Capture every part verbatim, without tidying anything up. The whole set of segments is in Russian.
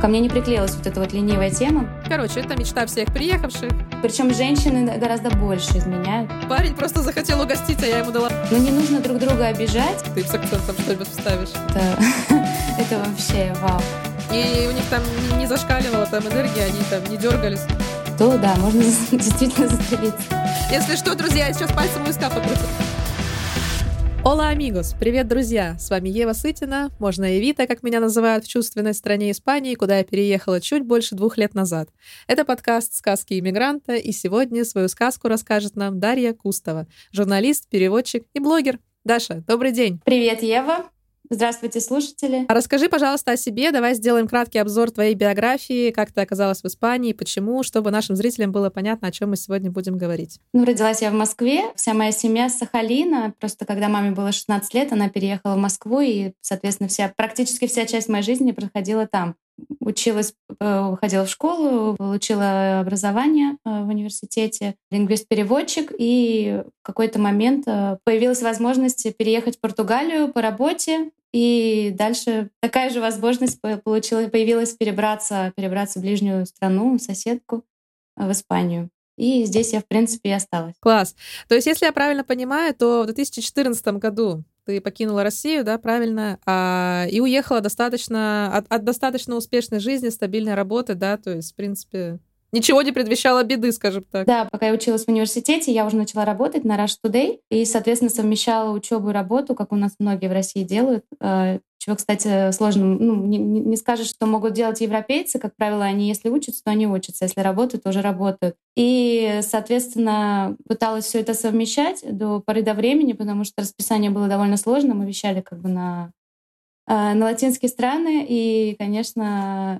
Ко мне не приклеилась вот эта вот ленивая тема. Короче, это мечта всех приехавших. Причем женщины гораздо больше изменяют. Парень просто захотел угостить, а я ему дала. Но не нужно друг друга обижать. Ты с акцентом что-нибудь вставишь. Это, это вообще вау. И у них там не зашкаливала там энергия, они там не дергались. То да, можно действительно застрелиться. Если что, друзья, я сейчас пальцем у виска покрутил. Ола, амигос! Привет, друзья! С вами Ева Сытина, можно Эвита, как меня называют в чувственной стране Испании, куда я переехала чуть больше двух лет назад. Это подкаст «Сказки иммигранта», и сегодня свою сказку расскажет нам Дарья Кустова, журналист, переводчик и блогер. Даша, добрый день! Привет, Ева! Здравствуйте, слушатели! А расскажи, пожалуйста, о себе, давай сделаем краткий обзор твоей биографии, как ты оказалась в Испании, почему, чтобы нашим зрителям было понятно, о чем мы сегодня будем говорить. Ну, родилась я в Москве, вся моя семья с Сахалина, просто когда маме было шестнадцать лет, она переехала в Москву, и, соответственно, вся, практически вся часть моей жизни проходила там. Училась, ходила в школу, получила образование в университете, лингвист-переводчик, и в какой-то момент появилась возможность переехать в Португалию по работе, и дальше такая же возможность получилась, появилась перебраться, перебраться в ближнюю страну, соседку, в Испанию. И здесь я, в принципе, и осталась. Класс. То есть, если я правильно понимаю, то в две тысячи четырнадцатом году ты покинула Россию, да, правильно, а, и уехала достаточно, от, от достаточно успешной жизни, стабильной работы, да, то есть, в принципе, ничего не предвещало беды, скажем так. Да, пока я училась в университете, я уже начала работать на Rush Today и, соответственно, совмещала учебу и работу, как у нас многие в России делают. Чего, кстати, сложно, ну, не, не скажешь, что могут делать европейцы. Как правило, они, если учатся, то они учатся. Если работают, то уже работают. И, соответственно, пыталась все это совмещать до поры до времени, потому что расписание было довольно сложно. Мы вещали как бы на, на латинские страны. И, конечно,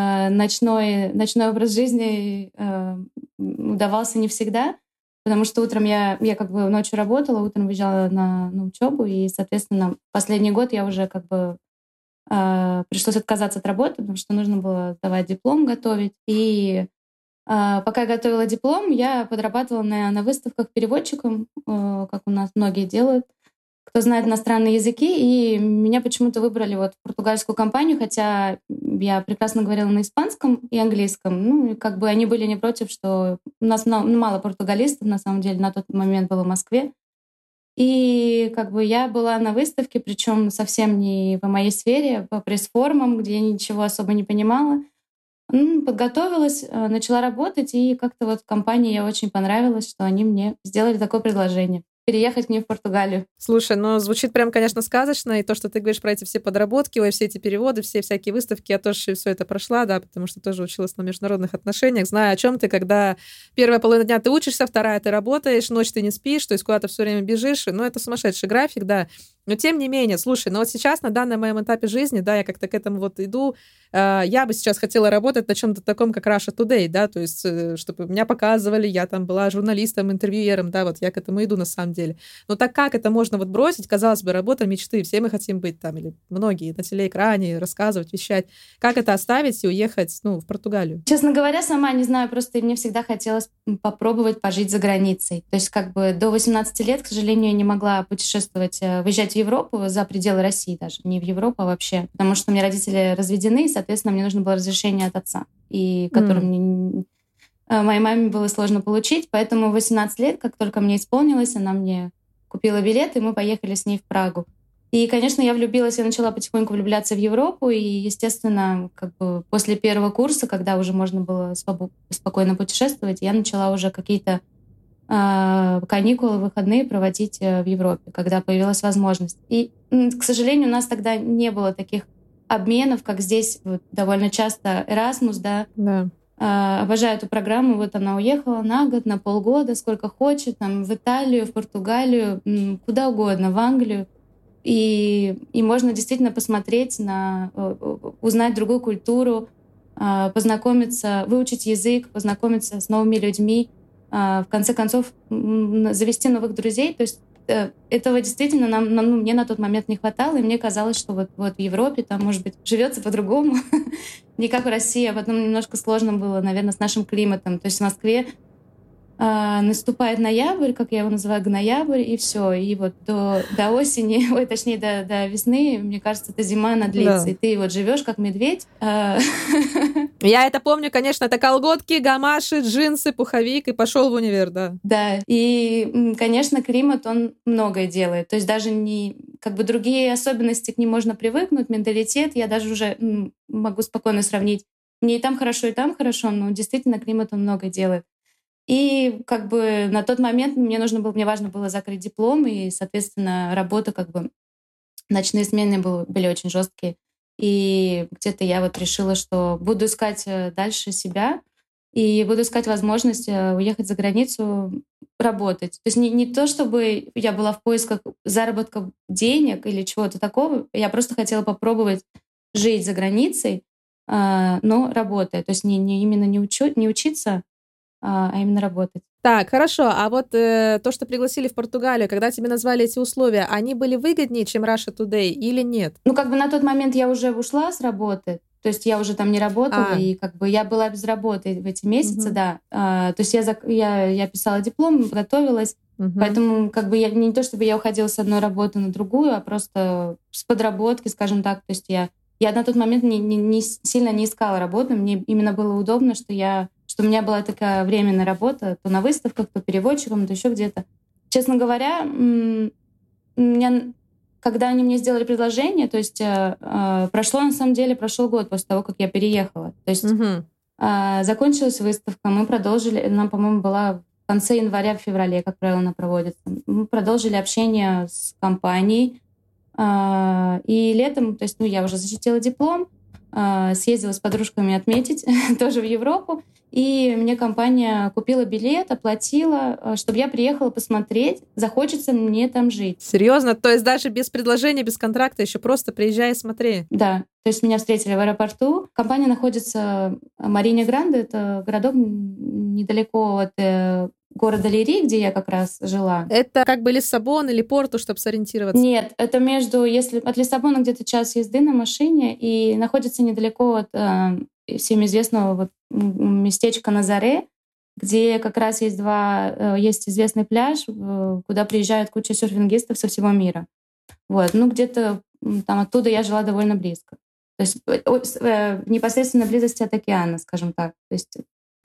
ночной, ночной образ жизни удавался не всегда. Потому что утром я, я как бы ночью работала, утром выезжала на, на учебу, и, соответственно, последний год я уже как бы э, пришлось отказаться от работы, потому что нужно было сдавать диплом, готовить. И э, пока я готовила диплом, я подрабатывала на, на выставках переводчиком, э, как у нас многие делают, кто знает иностранные языки, и меня почему-то выбрали вот в португальскую компанию, хотя я прекрасно говорила на испанском и английском. Ну, и как бы они были не против, что у нас мало португалистов, на самом деле, на тот момент было в Москве. И как бы я была на выставке, причем совсем не по моей сфере, по пресс-формам, где я ничего особо не понимала. Ну, подготовилась, начала работать, и как-то вот в компании я очень понравилась, что они мне сделали такое предложение переехать к ним в Португалию. Слушай, ну звучит прям, конечно, сказочно, и то, что ты говоришь про эти все подработки, ой, все эти переводы, все всякие выставки, я тоже все это прошла, да, потому что тоже училась на международных отношениях, знаю, о чем ты, когда первая половина дня ты учишься, вторая ты работаешь, ночь ты не спишь, то есть куда-то все время бежишь, ну это сумасшедший график, да. Но тем не менее, слушай, ну вот сейчас на данном моем этапе жизни, да, я как-то к этому вот иду, э, я бы сейчас хотела работать на чем-то таком, как Russia Today, да, то есть э, чтобы меня показывали, я там была журналистом, интервьюером, да, вот я к этому иду на самом деле. Но так как это можно вот бросить, казалось бы, работа мечты, все мы хотим быть там, или многие на телеэкране, рассказывать, вещать. Как это оставить и уехать, ну, в Португалию? Честно говоря, сама не знаю, просто мне всегда хотелось попробовать пожить за границей. То есть как бы до восемнадцати лет, к сожалению, я не могла путешествовать, выезжать в Европу, за пределы России даже, не в Европу, а вообще. Потому что у меня родители разведены, и, соответственно, мне нужно было разрешение от отца, и которое mm. мне, моей маме было сложно получить. Поэтому в восемнадцать лет, как только мне исполнилось, она мне купила билет, и мы поехали с ней в Прагу. И, конечно, я влюбилась, я начала потихоньку влюбляться в Европу, и, естественно, как бы после первого курса, когда уже можно было свобо- спокойно путешествовать, я начала уже какие-то э, каникулы, выходные проводить в Европе, когда появилась возможность. И, к сожалению, у нас тогда не было таких обменов, как здесь вот, довольно часто Erasmus, да, да. Обожаю эту программу. Вот она уехала на год, на полгода, сколько хочет, там, в Италию, в Португалию, куда угодно, в Англию. И, и можно действительно посмотреть на, узнать другую культуру, познакомиться, выучить язык, познакомиться с новыми людьми, в конце концов завести новых друзей. То есть этого действительно нам, нам, ну, мне на тот момент не хватало, и мне казалось, что вот, вот в Европе там, может быть, живется по-другому, не как в России, а потом немножко сложно было, наверное, с нашим климатом. То есть в Москве А, наступает ноябрь, как я его называю, гноябрь, и все. И вот до, до осени, ой, точнее, до, до весны, мне кажется, эта зима, она длится. Да. И ты вот живешь как медведь. А... Я это помню, конечно, это колготки, гамаши, джинсы, пуховик, и пошел в универ, да. Да, и, конечно, климат, он многое делает. То есть даже не... Как бы другие особенности, к ним можно привыкнуть, менталитет, я даже уже могу спокойно сравнить. Мне и там хорошо, и там хорошо, но действительно климат, он многое делает. И как бы на тот момент мне нужно было, мне важно было закрыть диплом, и, соответственно, работа как бы... Ночные смены были, были очень жесткие. И где-то я вот решила, что буду искать дальше себя и буду искать возможность уехать за границу работать. То есть не, не то, чтобы я была в поисках заработка денег или чего-то такого, я просто хотела попробовать жить за границей, но работая. То есть не, не именно не, учу, не учиться, а именно работать. Так, хорошо. А вот э, то, что пригласили в Португалию, когда тебе назвали эти условия, они были выгоднее, чем Russia Today или нет? Ну, как бы на тот момент я уже ушла с работы, то есть я уже там не работала, а. и как бы я была без работы в эти месяцы, угу. да. А, то есть я, я, я писала диплом, готовилась, угу. поэтому как бы я не то, чтобы я уходила с одной работы на другую, а просто с подработки, скажем так. То есть я, я на тот момент не, не, не сильно не искала работу, мне именно было удобно, что я... что у меня была такая временная работа, то на выставках, то переводчиком, то еще где-то. Честно говоря, меня, когда они мне сделали предложение, то есть э, прошло, на самом деле, прошел год после того, как я переехала. То есть угу. э, закончилась выставка, мы продолжили, она, по-моему, была в конце января, в феврале, как правило, она проводится. Мы продолжили общение с компанией. Э, и летом, то есть ну, я уже защитила диплом, э, съездила с подружками отметить тоже в Европу. И мне компания купила билет, оплатила, чтобы я приехала посмотреть, захочется мне там жить. Серьезно? То есть даже без предложения, без контракта, еще просто приезжай и смотри? Да. То есть меня встретили в аэропорту. Компания находится в Марине Гранде, это городок недалеко от города Лири, где я как раз жила. Это как бы Лиссабон или Порту, чтобы сориентироваться? Нет, это между, если от Лиссабона где-то час езды на машине, и находится недалеко от э, всем известного вот местечка Назаре, где как раз есть два, есть известный пляж, куда приезжают куча серфингистов со всего мира. Вот, ну где-то там оттуда я жила довольно близко. То есть в непосредственной близости от океана, скажем так. То есть,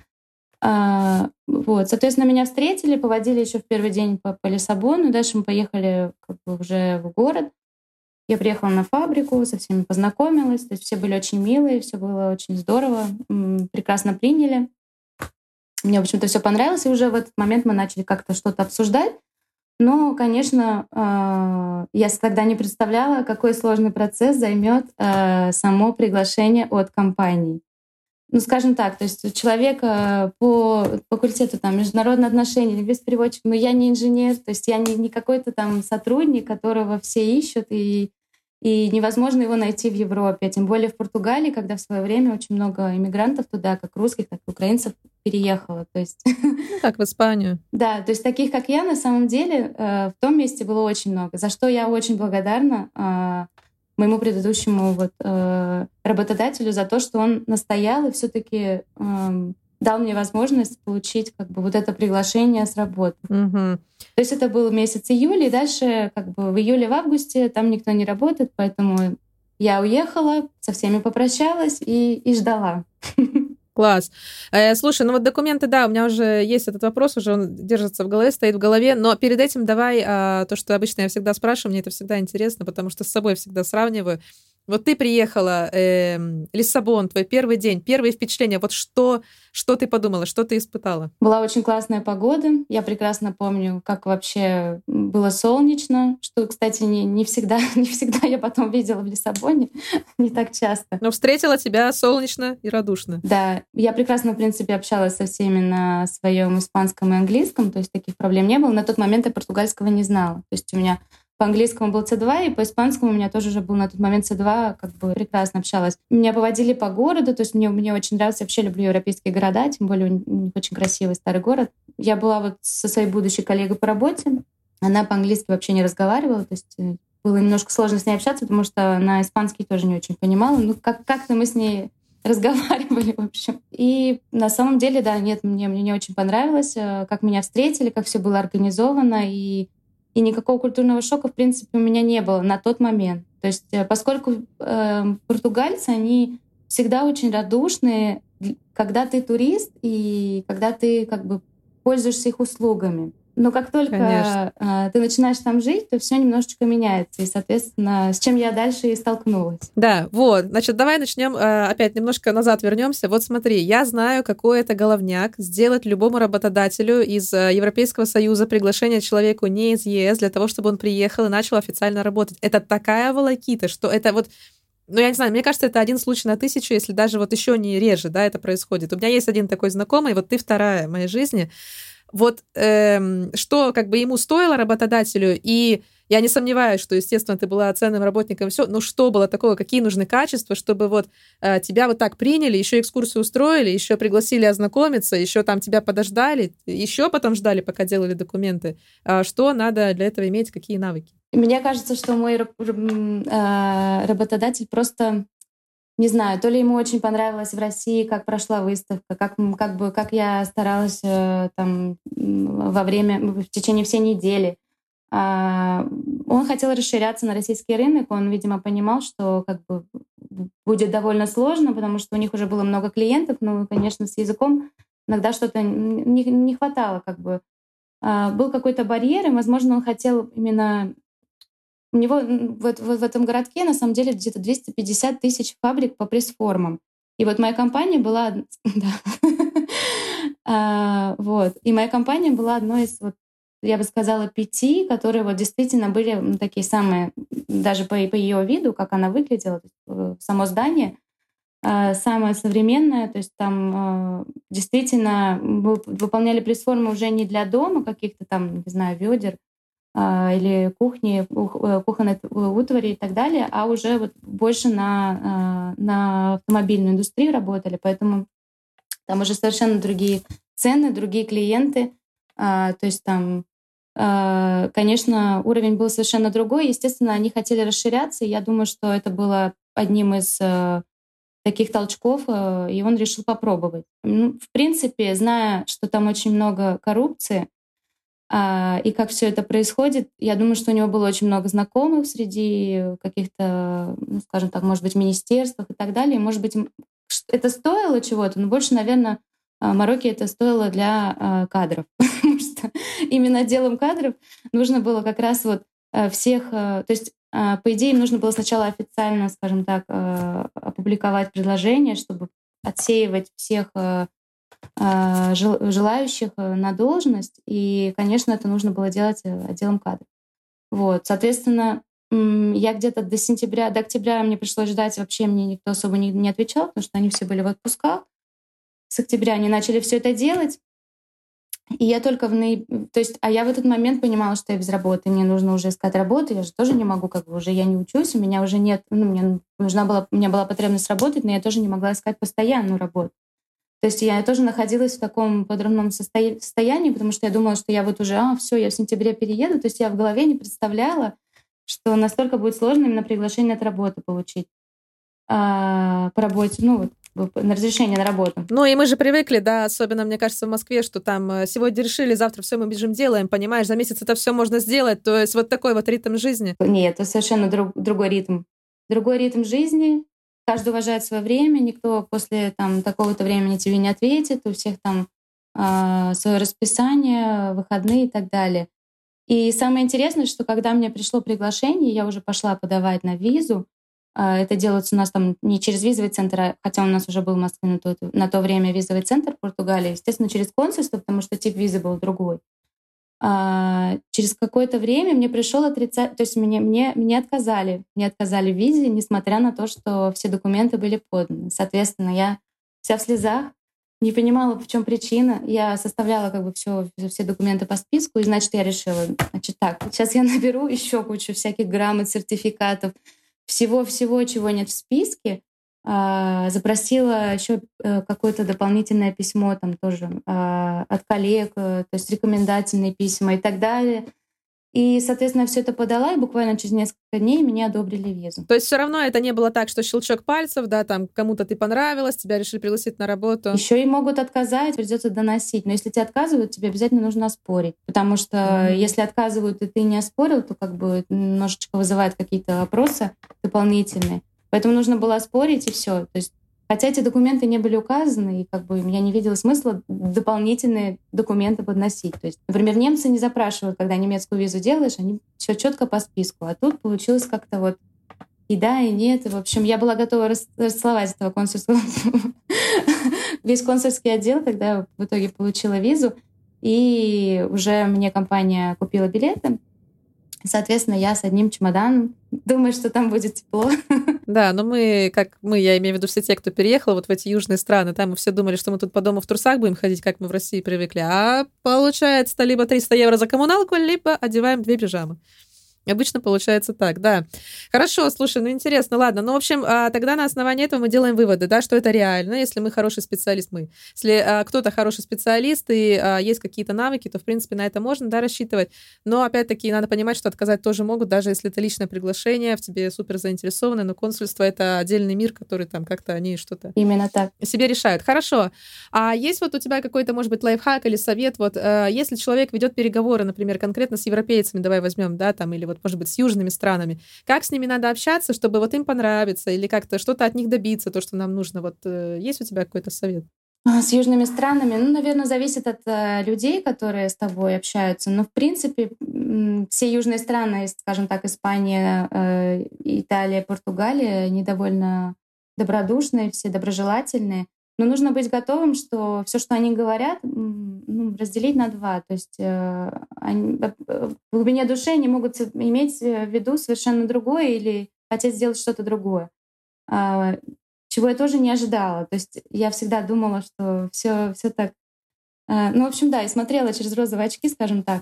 а, вот, соответственно, меня встретили, поводили еще в первый день по, по Лиссабону, дальше мы поехали как бы уже в город. Я приехала на фабрику, со всеми познакомилась, то есть все были очень милые, все было очень здорово, прекрасно приняли. Мне, в общем-то, все понравилось, и уже в этот момент мы начали как-то что-то обсуждать. Но, конечно, я тогда не представляла, какой сложный процесс займет само приглашение от компании. Ну, скажем так, то есть у человека по факультету там, международные отношения, без переводчика, но я не инженер, то есть я не, не какой-то там сотрудник, которого все ищут, и, и невозможно его найти в Европе. Тем более в Португалии, когда в свое время очень много иммигрантов туда, как русских, так и украинцев, переехало. То есть... Ну, как в Испанию. Да, то есть таких, как я, на самом деле в том месте было очень много, за что я очень благодарна моему предыдущему вот, э, работодателю за то, что он настоял и все-таки э, дал мне возможность получить как бы вот это приглашение с работы. Угу. То есть это был месяц июля, и дальше как бы в июле, в августе там никто не работает, поэтому я уехала, со всеми попрощалась и, и ждала. Класс. Э, слушай, ну вот документы, да, у меня уже есть этот вопрос, уже он держится в голове, стоит в голове, но перед этим давай а, то, что обычно я всегда спрашиваю, мне это всегда интересно, потому что с собой всегда сравниваю. Вот ты приехала, э, Лиссабон, твой первый день, первые впечатления, вот что, что ты подумала, что ты испытала? Была очень классная погода, я прекрасно помню, как вообще было солнечно, что, кстати, не, не, всегда, не всегда я потом видела в Лиссабоне, не так часто. Но встретила тебя солнечно и радушно. Да, я прекрасно, в принципе, общалась со всеми на своем испанском и английском, то есть таких проблем не было. На тот момент я португальского не знала, то есть у меня по английскому был си два, и по испанскому у меня тоже уже был на тот момент си два, как бы прекрасно общалась. Меня поводили по городу, то есть мне, мне очень нравится, я вообще люблю европейские города, тем более у них очень красивый старый город. Я была вот со своей будущей коллегой по работе, она по-английски вообще не разговаривала, то есть было немножко сложно с ней общаться, потому что она испанский тоже не очень понимала. Ну, как- как-то мы с ней разговаривали, в общем. И на самом деле, да, нет, мне, мне не очень понравилось, как меня встретили, как все было организовано, и, и никакого культурного шока, в принципе, у меня не было на тот момент. То есть поскольку э, португальцы, они всегда очень радушные, когда ты турист и когда ты как бы пользуешься их услугами. Но как только э, ты начинаешь там жить, то все немножечко меняется. И, соответственно, с чем я дальше и столкнулась. Да, вот. Значит, давай начнем э, опять немножко назад вернемся. Вот смотри, я знаю, какой это головняк сделать любому работодателю из э, Европейского Союза приглашение человеку не из ЕС для того, чтобы он приехал и начал официально работать. Это такая волокита, что это вот... Ну, я не знаю, мне кажется, это один случай на тысячу, если даже вот еще не реже, да, это происходит. У меня есть один такой знакомый, вот ты вторая в моей жизни. Вот эм, что как бы ему стоило работодателю, и я не сомневаюсь, что, естественно, ты была ценным работником, все, но что было такого, какие нужны качества, чтобы вот э, тебя вот так приняли, еще экскурсию устроили, еще пригласили ознакомиться, еще там тебя подождали, еще потом ждали, пока делали документы. А что надо для этого иметь, какие навыки? Мне кажется, что мой работодатель просто, не знаю, то ли ему очень понравилось в России, как прошла выставка, как, как, бы, как я старалась там во время, в течение всей недели. Он хотел расширяться на российский рынок, он, видимо, понимал, что как бы будет довольно сложно, потому что у них уже было много клиентов, но, конечно, с языком иногда что-то не, не хватало. Как бы. Был какой-то барьер, и, возможно, он хотел именно... У него в, в, в этом городке, на самом деле, где-то двести пятьдесят тысяч фабрик по пресс-формам. И вот моя компания была... Вот. И моя компания была одной из, я бы сказала, пяти, которые вот действительно были такие самые, даже по, по ее виду, как она выглядела, само здание, самое современное. То есть там действительно выполняли пресс-формы уже не для дома каких-то там, не знаю, ведер, или кухни, кухонной утвари и так далее, а уже вот больше на, на автомобильную индустрию работали. Поэтому там уже совершенно другие цены, другие клиенты. То есть там, конечно, уровень был совершенно другой. Естественно, они хотели расширяться, и я думаю, что это было одним из таких толчков, и он решил попробовать. Ну, в принципе, зная, что там очень много коррупции, А, и как все это происходит, я думаю, что у него было очень много знакомых среди каких-то, ну, скажем так, может быть, министерствах и так далее. Может быть, это стоило чего-то, но больше, наверное, Марокко это стоило для кадров. Потому что именно отделом кадров нужно было как раз вот всех... То есть, по идее, им нужно было сначала официально, скажем так, опубликовать предложение, чтобы отсеивать всех желающих на должность, и, конечно, это нужно было делать отделом кадров. Вот, соответственно, я где-то до сентября, до октября мне пришлось ждать, вообще мне никто особо не, не отвечал, потому что они все были в отпусках. С октября они начали все это делать, и я только в ноябре, то есть, а я в этот момент понимала, что я без работы, мне нужно уже искать работу, я же тоже не могу, как бы уже я не учусь, у меня уже нет, ну, мне нужна была, у меня была потребность работать, но я тоже не могла искать постоянную работу. То есть я тоже находилась в таком подрывном состоянии, потому что я думала, что я вот уже, а, все, я в сентябре перееду. То есть я в голове не представляла, что настолько будет сложно именно приглашение от работы получить. А, по работе, ну, вот, на разрешение на работу. Ну и мы же привыкли, да, особенно, мне кажется, в Москве, что там сегодня решили, завтра все мы бежим делаем, понимаешь, за месяц это все можно сделать. То есть вот такой вот ритм жизни. Нет, это совершенно друг, другой ритм. Другой ритм жизни. Каждый уважает свое время, никто после там, такого-то времени тебе не ответит, у всех там э, свое расписание, выходные и так далее. И самое интересное, что когда мне пришло приглашение, я уже пошла подавать на визу. Э, это делается у нас там не через визовый центр, хотя у нас уже был в Москве на то, на то время визовый центр в Португалии, естественно, через консульство, потому что тип визы был другой. А, через какое-то время мне пришел отрицать, то есть мне, мне, мне отказали, мне отказали в визе, несмотря на то, что все документы были поданы. Соответственно, я вся в слезах, не понимала, в чем причина. Я составляла как бы все, все документы по списку, и значит, я решила, значит, так, сейчас я наберу еще кучу всяких грамот, сертификатов, всего-всего, чего нет в списке. Запросила еще какое-то дополнительное письмо там тоже от коллег, то есть рекомендательные письма и так далее. И, соответственно, все это подала, и буквально через несколько дней меня одобрили визу. То есть все равно это не было так, что щелчок пальцев, да, там кому-то ты понравилась, тебя решили пригласить на работу. Еще и могут отказать, придется доносить. Но если тебе отказывают, тебе обязательно нужно оспорить. Потому что mm-hmm. если отказывают, и ты не оспорил, то как бы немножечко вызывает какие-то вопросы дополнительные. Поэтому нужно было оспорить, и все. То есть хотя эти документы не были указаны, и как бы я не видела смысла дополнительные документы подносить. То есть, например, немцы не запрашивают, когда немецкую визу делаешь, они все четко по списку. А тут получилось как-то вот и да, и нет. И, в общем, я была готова расцеловать этого консульского весь консульский отдел, когда в итоге получила визу. И уже мне компания купила билеты. Соответственно, я с одним чемоданом. Думаю, что там будет тепло. Да, но мы, как мы, я имею в виду все те, кто переехал вот в эти южные страны, там мы все думали, что мы тут по дому в трусах будем ходить, как мы в России привыкли. А получается либо триста евро за коммуналку, либо одеваем две пижамы. Обычно получается так, да. Хорошо, слушай, ну интересно, ладно. Ну, в общем, тогда на основании этого мы делаем выводы, да, что это реально, если мы хороший специалист, мы. Если кто-то хороший специалист и есть какие-то навыки, то, в принципе, на это можно, да, рассчитывать. Но, опять-таки, надо понимать, что отказать тоже могут, даже если это личное приглашение, в тебе супер заинтересованы, но консульство — это отдельный мир, который там как-то они что-то... Именно так. Себе решают. Хорошо. А есть вот у тебя какой-то, может быть, лайфхак или совет, вот, если человек ведет переговоры, например, конкретно с европейцами, давай возьмем, да, там, или вот может быть, с южными странами. Как с ними надо общаться, чтобы вот им понравиться или как-то что-то от них добиться, то, что нам нужно? Вот есть у тебя какой-то совет? С южными странами, ну, наверное, зависит от э, людей, которые с тобой общаются. Но, в принципе, все южные страны, скажем так, Испания, э, Италия, Португалия, они довольно добродушные, все доброжелательные. Но нужно быть готовым, что все, что они говорят, ну, разделить на два. То есть э, они, в глубине души они могут иметь в виду совершенно другое или хотеть сделать что-то другое, э, чего я тоже не ожидала. То есть я всегда думала, что все, все так. Э, ну, в общем, да, и смотрела через розовые очки, скажем так.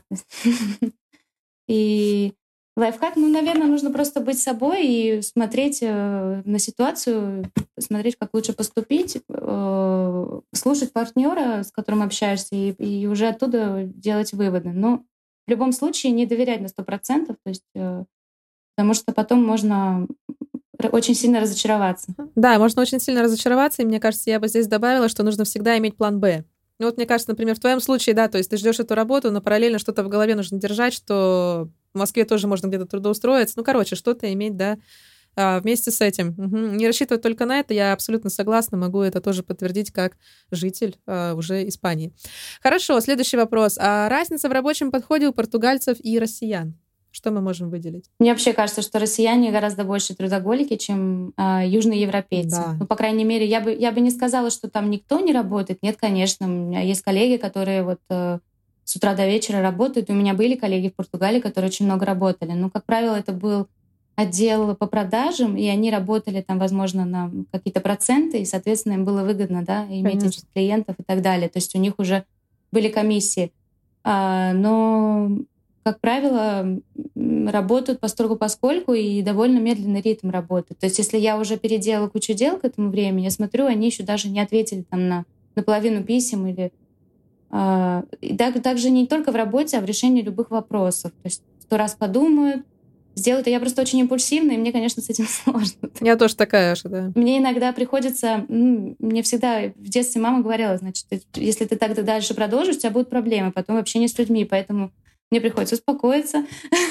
И лайфхак, ну, наверное, нужно просто быть собой и смотреть э, на ситуацию, смотреть, как лучше поступить, э, слушать партнера, с которым общаешься, и, и уже оттуда делать выводы. Но в любом случае не доверять на сто процентов, то есть, э, потому что потом можно очень сильно разочароваться. Да, можно очень сильно разочароваться, и мне кажется, я бы здесь добавила, что нужно всегда иметь план «Б». Ну вот мне кажется, например, в твоем случае, да, то есть ты ждешь эту работу, но параллельно что-то в голове нужно держать, что в Москве тоже можно где-то трудоустроиться. Ну, короче, что-то иметь, да, вместе с этим. Угу. Не рассчитывать только на это, я абсолютно согласна, могу это тоже подтвердить как житель а, уже Испании. Хорошо, следующий вопрос. А разница в рабочем подходе у португальцев и россиян? Что мы можем выделить? Мне вообще кажется, что россияне гораздо больше трудоголики, чем э, южные европейцы. Да. Ну, по крайней мере, я бы, я бы не сказала, что там никто не работает. Нет, конечно. У меня есть коллеги, которые вот э, с утра до вечера работают. У меня были коллеги в Португалии, которые очень много работали. Но, как правило, это был отдел по продажам, и они работали там, возможно, на какие-то проценты, и, соответственно, им было выгодно, да, иметь Конечно. этих клиентов и так далее. То есть у них уже были комиссии. А, но... как правило, работают постольку-поскольку и довольно медленный ритм работы. То есть если я уже переделала кучу дел к этому времени, я смотрю, они еще даже не ответили там на, на половину писем. Или, э, и так, также не только в работе, а в решении любых вопросов. То есть сто раз подумают, сделают. Я просто очень импульсивна, и мне, конечно, с этим сложно. Я тоже такая же, да. Мне иногда приходится... Ну, мне всегда в детстве мама говорила, значит, ты, если ты так дальше продолжишь, у тебя будут проблемы потом в общении с людьми, поэтому... Мне приходится успокоиться,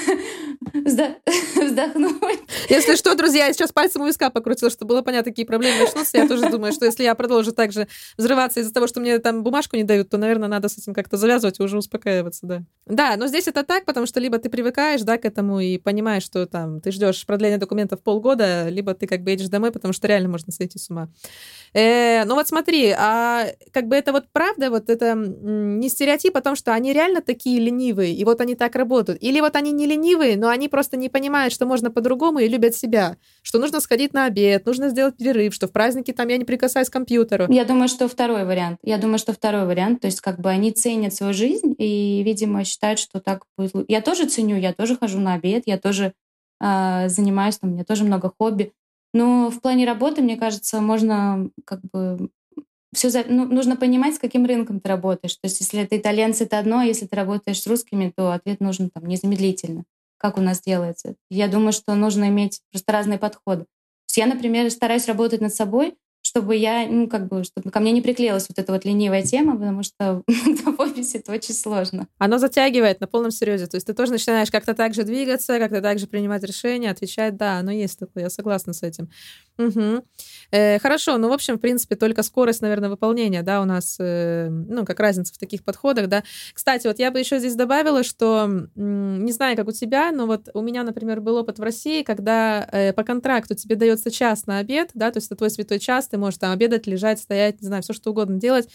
вздохнуть. Если что, друзья, я сейчас пальцем у виска покрутила, чтобы было понятно, какие проблемы начнутся. Я тоже думаю, что если я продолжу так же взрываться из-за того, что мне там бумажку не дают, то, наверное, надо с этим как-то завязывать и уже успокаиваться, да. Да, но здесь это так, потому что либо ты привыкаешь, да, к этому и понимаешь, что там ты ждешь продления документов полгода, либо ты как бы едешь домой, потому что реально можно сойти с ума. Э, ну вот смотри, а как бы это вот правда, вот это не стереотип о том, что они реально такие ленивые, и вот они так работают. Или вот они не ленивые, но они просто не понимают, что можно по-другому и любят себя. Что нужно сходить на обед, нужно сделать перерыв, что в праздники там я не прикасаюсь к компьютеру. Я думаю, что второй вариант. Я думаю, что второй вариант. То есть как бы они ценят свою жизнь и, видимо, считают, что так будет лучше. Я тоже ценю, я тоже хожу на обед, я тоже э, занимаюсь, там, у меня тоже много хобби. Но в плане работы, мне кажется, можно как бы все за... ну, нужно понимать, с каким рынком ты работаешь. То есть если это итальянцы, это одно, а если ты работаешь с русскими, то ответ нужен там незамедлительно. Как у нас делается. Я думаю, что нужно иметь просто разные подходы. То есть я, например, стараюсь работать над собой, чтобы я, ну, как бы, чтобы ко мне не приклеилась вот эта вот ленивая тема, потому что в офисе это очень сложно. Оно затягивает на полном серьезе. То есть ты тоже начинаешь как-то так же двигаться, как-то так же принимать решения, отвечать. Да, оно есть такое, я согласна с этим. Угу. Э, хорошо, ну, в общем, в принципе, только скорость, наверное, выполнения, да, у нас, э, ну, как разница в таких подходах, да. Кстати, вот я бы еще здесь добавила, что, м, не знаю, как у тебя, но вот у меня, например, был опыт в России, когда э, по контракту тебе дается час на обед, да, то есть это твой святой час, ты можешь там обедать, лежать, стоять, не знаю, все что угодно делать,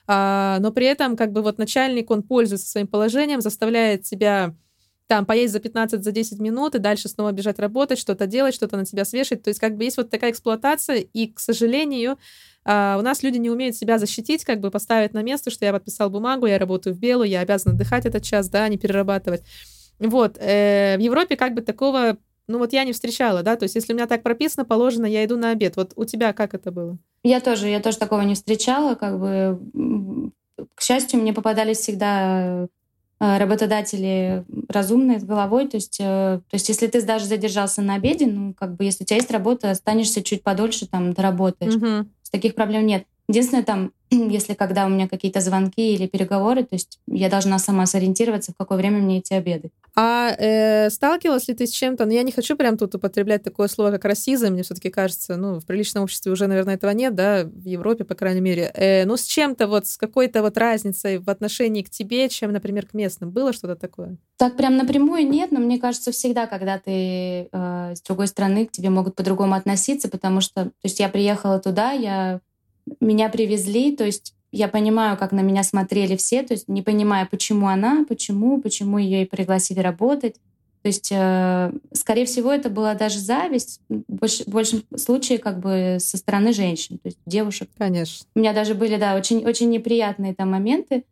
а, но при этом как бы вот начальник, он пользуется своим положением, заставляет тебя там поесть за пятнадцать, за десять минут и дальше снова бежать работать, что-то делать, что-то на тебя свешивать. То есть как бы есть вот такая эксплуатация, и, к сожалению, а, у нас люди не умеют себя защитить, как бы поставить на место, что я подписал бумагу, я работаю в белую, я обязан отдыхать этот час, да, а не перерабатывать. Вот. Э, в Европе как бы такого, ну вот я не встречала, да, то есть если у меня так прописано, положено, я иду на обед. Вот у тебя как это было? Я тоже, я тоже такого не встречала, как бы, м, к счастью, мне попадались всегда э, работодатели разумные с головой, то есть, э, то есть если ты даже задержался на обеде, ну, как бы, если у тебя есть работа, останешься чуть подольше, там, доработаешь. Мгм. Таких проблем нет. Единственное, там, если когда у меня какие-то звонки или переговоры, то есть я должна сама сориентироваться, в какое время мне идти обедать. А э, сталкивалась ли ты с чем-то? Ну, я не хочу прям тут употреблять такое слово, как расизм. Мне все-таки кажется, ну, в приличном обществе уже, наверное, этого нет, да, в Европе, по крайней мере. Э, ну, с чем-то вот, с какой-то вот разницей в отношении к тебе, чем, например, к местным. Было что-то такое? Так прям напрямую нет, но мне кажется, всегда, когда ты э, с другой стороны, к тебе могут по-другому относиться, потому что, то есть я приехала туда, я меня привезли, то есть я понимаю, как на меня смотрели все, то есть не понимая, почему она, почему, почему ее и пригласили работать. То есть, э, скорее всего, это была даже зависть, больш, в большем случае как бы со стороны женщин, то есть девушек. Конечно. У меня даже были, да, очень, очень неприятные там моменты,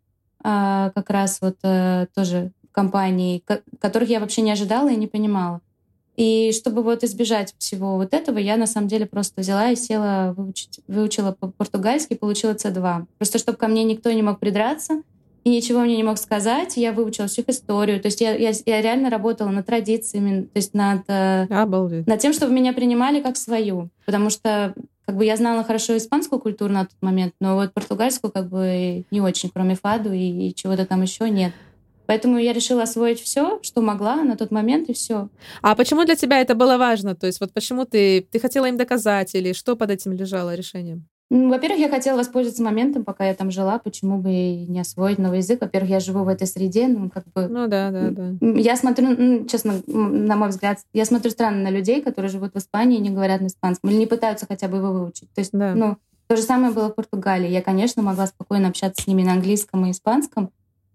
а, как раз вот э, тоже в компании, ко- которых я вообще не ожидала и не понимала. И чтобы вот избежать всего вот этого, я на самом деле просто взяла и села выучить, выучила по-португальски, получила С два. Просто чтобы ко мне никто не мог придраться и ничего мне не мог сказать, я выучила всю их историю. То есть я, я, я реально работала над традициями, то есть над, э, Обалдеть. над тем, чтобы меня принимали как свою. Потому что как бы я знала хорошо испанскую культуру на тот момент, но вот португальскую как бы не очень, кроме фаду и, и чего-то там еще нет. Поэтому я решила освоить все, что могла на тот момент, и все. А почему для тебя это было важно? То есть вот почему ты, ты хотела им доказать, или что под этим лежало решением? Ну, во-первых, я хотела воспользоваться моментом, пока я там жила, почему бы и не освоить новый язык. Во-первых, я живу в этой среде, ну, как бы... Ну да, да, да. Я смотрю, ну, честно, на мой взгляд, я смотрю странно на людей, которые живут в Испании и не говорят на испанском, или не пытаются хотя бы его выучить. То есть, Да. ну, то же самое было в Португалии. Я, конечно, могла спокойно общаться с ними на английском и испанском,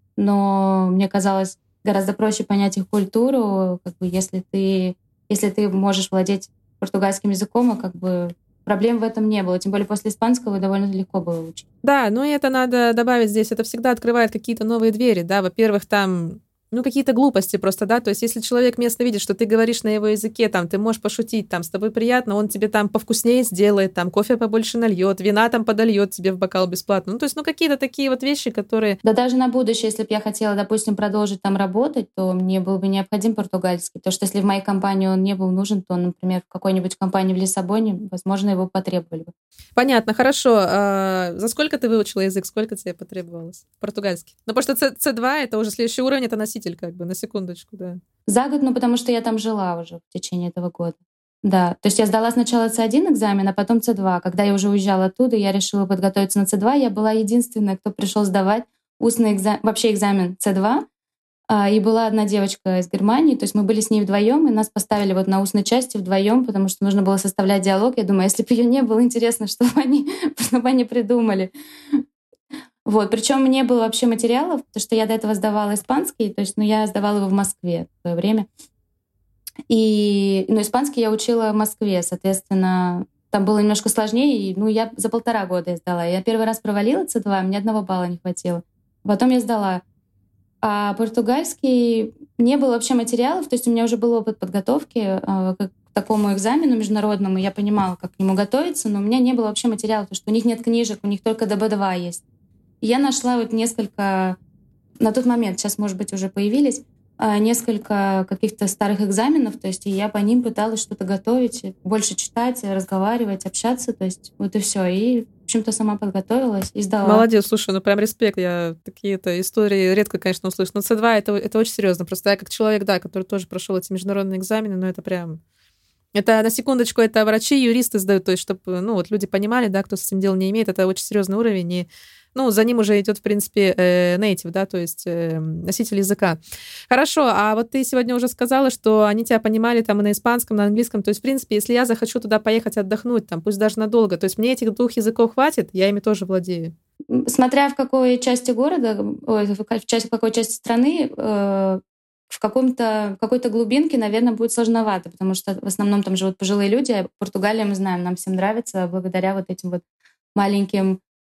но мне казалось гораздо проще понять их культуру, как бы, если ты, если ты можешь владеть португальским языком, а как бы проблем в этом не было. Тем более после испанского довольно легко было учить. Да, ну и это надо добавить здесь. Это всегда открывает какие-то новые двери, да. Во-первых, там, ну, какие-то глупости просто, да. То есть если человек местно видит, что ты говоришь на его языке, там, ты можешь пошутить, там, с тобой приятно, он тебе там повкуснее сделает, там, кофе побольше нальет, вина там подольет тебе в бокал бесплатно. Ну, то есть, ну, какие-то такие вот вещи, которые... Да даже на будущее, если бы я хотела, допустим, продолжить там работать, то мне был бы необходим португальский. Потому что если в моей компании он не был нужен, то, например, в какой-нибудь компании в Лиссабоне, возможно, его потребовали бы. Понятно, хорошо. А за сколько ты выучила язык? Сколько тебе потребовалось? Португальский. Ну, потому что С два — это уже следующий уровень, это носитель, как бы, на секундочку, да. За год, ну, потому что я там жила уже в течение этого года. Да, то есть я сдала сначала С один экзамен, а потом С два. Когда я уже уезжала оттуда, я решила подготовиться на С два. Я была единственная, кто пришел сдавать устный экзамен, вообще экзамен С два. А, и была одна девочка из Германии, то есть мы были с ней вдвоем, и нас поставили вот на устной части вдвоем, потому что нужно было составлять диалог. Я думаю, если бы ее не было, интересно, что бы они, что бы они придумали. Вот. Причем мне было вообще материалов, потому что я до этого сдавала испанский, то есть, ну, я сдавала его в Москве в свое время. И, ну, испанский я учила в Москве, соответственно, там было немножко сложнее, и, ну, я за полтора года я сдала. Я первый раз провалила С два, мне одного балла не хватило. Потом я сдала. А португальский не было вообще материалов, то есть у меня уже был опыт подготовки э, к такому экзамену международному, я понимала, как к нему готовиться, но у меня не было вообще материала, потому что у них нет книжек, у них только дэ бэ два есть. И я нашла вот несколько, на тот момент, сейчас, может быть, уже появились, несколько каких-то старых экзаменов, то есть и я по ним пыталась что-то готовить, больше читать, разговаривать, общаться, то есть вот и все. И, в общем-то, сама подготовилась и сдала. Молодец, слушай, ну прям респект. Я такие-то истории редко, конечно, услышу. Но цэ два это, это очень серьезно. Просто я как человек, да, который тоже прошел эти международные экзамены, но это прям... Это, на секундочку, это врачи, юристы сдают, то есть чтобы, ну, вот люди понимали, да, кто с этим делом не имеет, это очень серьезный уровень, и ну, за ним уже идет, в принципе, э, native, да, то есть э, носитель языка. Хорошо, а вот ты сегодня уже сказала, что они тебя понимали там и на испанском, на английском, то есть, в принципе, если я захочу туда поехать отдохнуть, там, пусть даже надолго, то есть мне этих двух языков хватит, я ими тоже владею. Смотря в какой части города, ой, в, части, в какой части страны, э, в каком-то, какой-то глубинке, наверное, будет сложновато, потому что в основном там живут пожилые люди, а Португалия, мы знаем, нам всем нравится благодаря вот этим вот маленьким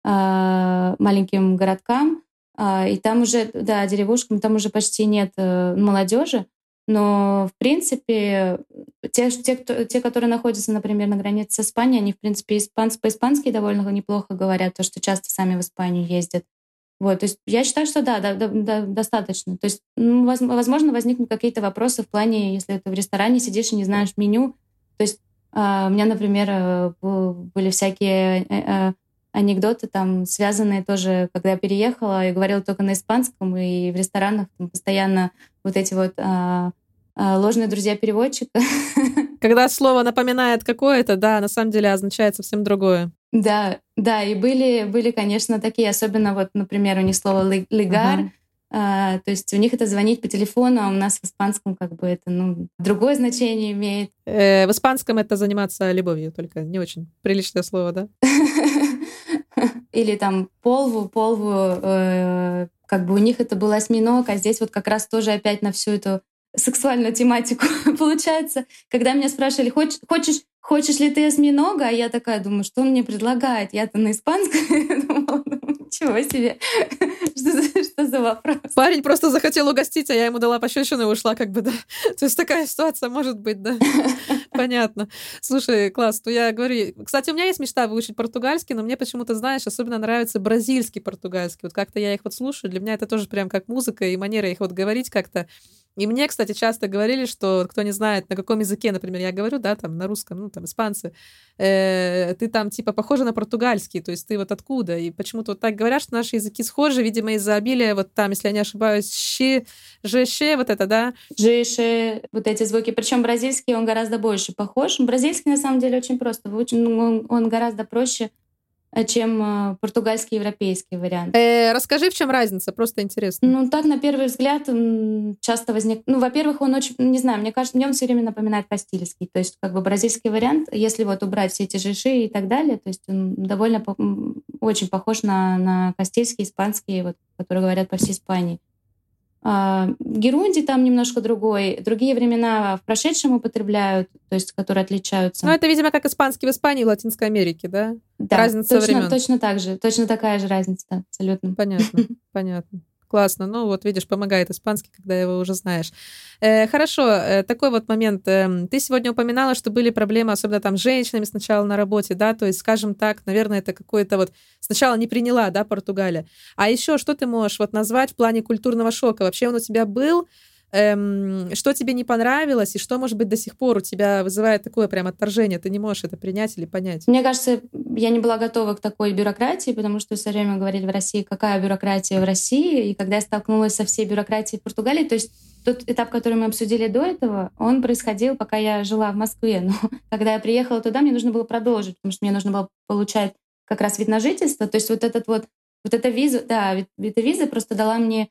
маленьким городкам, и там уже, да, деревушкам, там уже почти нет молодежи, но, в принципе, те, те, кто, те, которые находятся, например, на границе с Испанией, они, в принципе, испанцы, по-испански довольно неплохо говорят, то, что часто сами в Испанию ездят. Вот, то есть я считаю, что да, да, да достаточно. То есть, ну, возможно, возникнут какие-то вопросы в плане, если ты в ресторане сидишь и не знаешь меню. То есть у меня, например, были всякие анекдоты там связанные тоже, когда я переехала и говорила только на испанском, и в ресторанах там постоянно вот эти вот а, а, ложные друзья переводчика. Когда слово напоминает какое-то, да, на самом деле означает совсем другое. Да, да, и были, были, конечно, такие, особенно вот, например, у них слово «лигар», uh-huh. а, то есть у них это звонить по телефону, а у нас в испанском как бы это, ну, другое значение имеет. Э, в испанском это заниматься любовью, только не очень приличное слово, да? Или там полву, полву, э, как бы у них это был осьминог, а здесь вот как раз тоже опять на всю эту сексуальную тематику получается. Когда меня спрашивали, хочешь, хочешь, хочешь ли ты осьминога, а я такая думаю, что он мне предлагает? Я-то на испанском думала, ничего себе, что за, что за вопрос? Парень просто захотел угостить, а я ему дала пощечину и ушла, как бы, да. То есть такая ситуация может быть, да. Понятно. Слушай, класс, то я говорю... Кстати, у меня есть мечта выучить португальский, но мне почему-то, знаешь, особенно нравится бразильский португальский. Вот как-то я их вот слушаю, для меня это тоже прям как музыка и манера их вот говорить как-то. И мне, кстати, часто говорили, что кто не знает, на каком языке, например, я говорю, да, там, на русском, ну, там, испанцы, э, ты там, типа, похожа на португальский, то есть ты вот откуда? И почему-то вот так говорят, что наши языки схожи, видимо, из-за обилия, вот там, если я не ошибаюсь, щи, жеше, вот это, да? Жеше, вот эти звуки. Причем бразильский, он гораздо больше похож. Бразильский, на самом деле, очень просто. Он, он гораздо проще, чем португальский европейский вариант. Э, расскажи, в чем разница, просто интересно. Ну, так, на первый взгляд, часто возник... Ну, во-первых, он очень, не знаю, мне кажется, мне он все время напоминает кастильский. То есть, как бы бразильский вариант, если вот убрать все эти жиши и так далее, то есть он довольно по... очень похож на, на кастильский, испанский, вот, которые говорят по всей Испании. А, герунди там немножко другой, другие времена в прошедшем употребляют, то есть которые отличаются. Ну, это, видимо, как испанский в Испании и Латинской Америке, да? Да, разница точно, времен. Точно так же, точно такая же разница, да, абсолютно. Понятно, понятно. Классно. Ну, вот видишь, помогает испанский, когда его уже знаешь. Э, хорошо, э, такой вот момент. Э, ты сегодня упоминала, что были проблемы, особенно там с женщинами сначала на работе, да, то есть, скажем так, наверное, это какое-то вот... Сначала не приняла, да, Португалия. А еще что ты можешь вот назвать в плане культурного шока? Вообще он у тебя был? Эм, что тебе не понравилось, и что, может быть, до сих пор у тебя вызывает такое прям отторжение? Ты не можешь это принять или понять? Мне кажется, я не была готова к такой бюрократии, потому что все время говорили в России, какая бюрократия в России. И когда я столкнулась со всей бюрократией в Португалии, то есть тот этап, который мы обсудили до этого, он происходил, пока я жила в Москве. Но когда я приехала туда, мне нужно было продолжить, потому что мне нужно было получать как раз вид на жительство. То есть вот этот вот, вот эта виза, да, вид, вид виза просто дала мне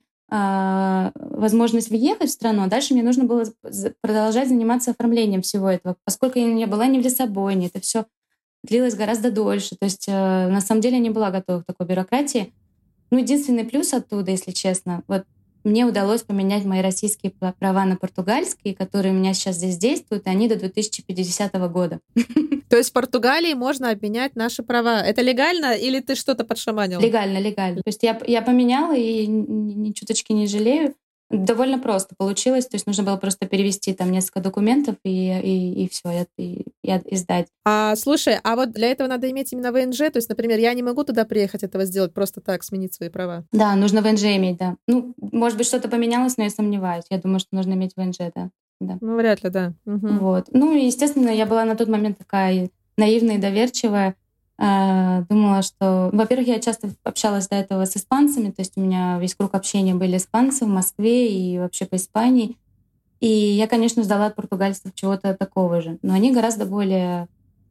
возможность въехать в страну, а дальше мне нужно было продолжать заниматься оформлением всего этого. Поскольку я не была ни в Лиссабоне, это все длилось гораздо дольше. То есть на самом деле я не была готова к такой бюрократии. Ну, единственный плюс оттуда, если честно, вот мне удалось поменять мои российские права на португальские, которые у меня сейчас здесь действуют, и они до две тысячи пятидесятого года. То есть в Португалии можно обменять наши права. Это легально или ты что-то подшаманил? Легально, легально. То есть я, я поменяла и ни чуточки не жалею. Довольно просто получилось, то есть нужно было просто перевести там несколько документов и, и, и все, и, и, и сдать. А, слушай, а вот для этого надо иметь именно ВНЖ? То есть, например, я не могу туда приехать этого сделать, просто так, сменить свои права? Да, нужно ВНЖ иметь, да. Ну, может быть, что-то поменялось, но я сомневаюсь. Я думаю, что нужно иметь ВНЖ, да. да. Ну, вряд ли, да. Угу. Вот. Ну, и, естественно, я была на тот момент такая наивная и доверчивая. Думала, что... Во-первых, я часто общалась до этого с испанцами, то есть у меня весь круг общения были испанцы в Москве и вообще по Испании. И я, конечно, ждала от португальцев чего-то такого же. Но они гораздо более,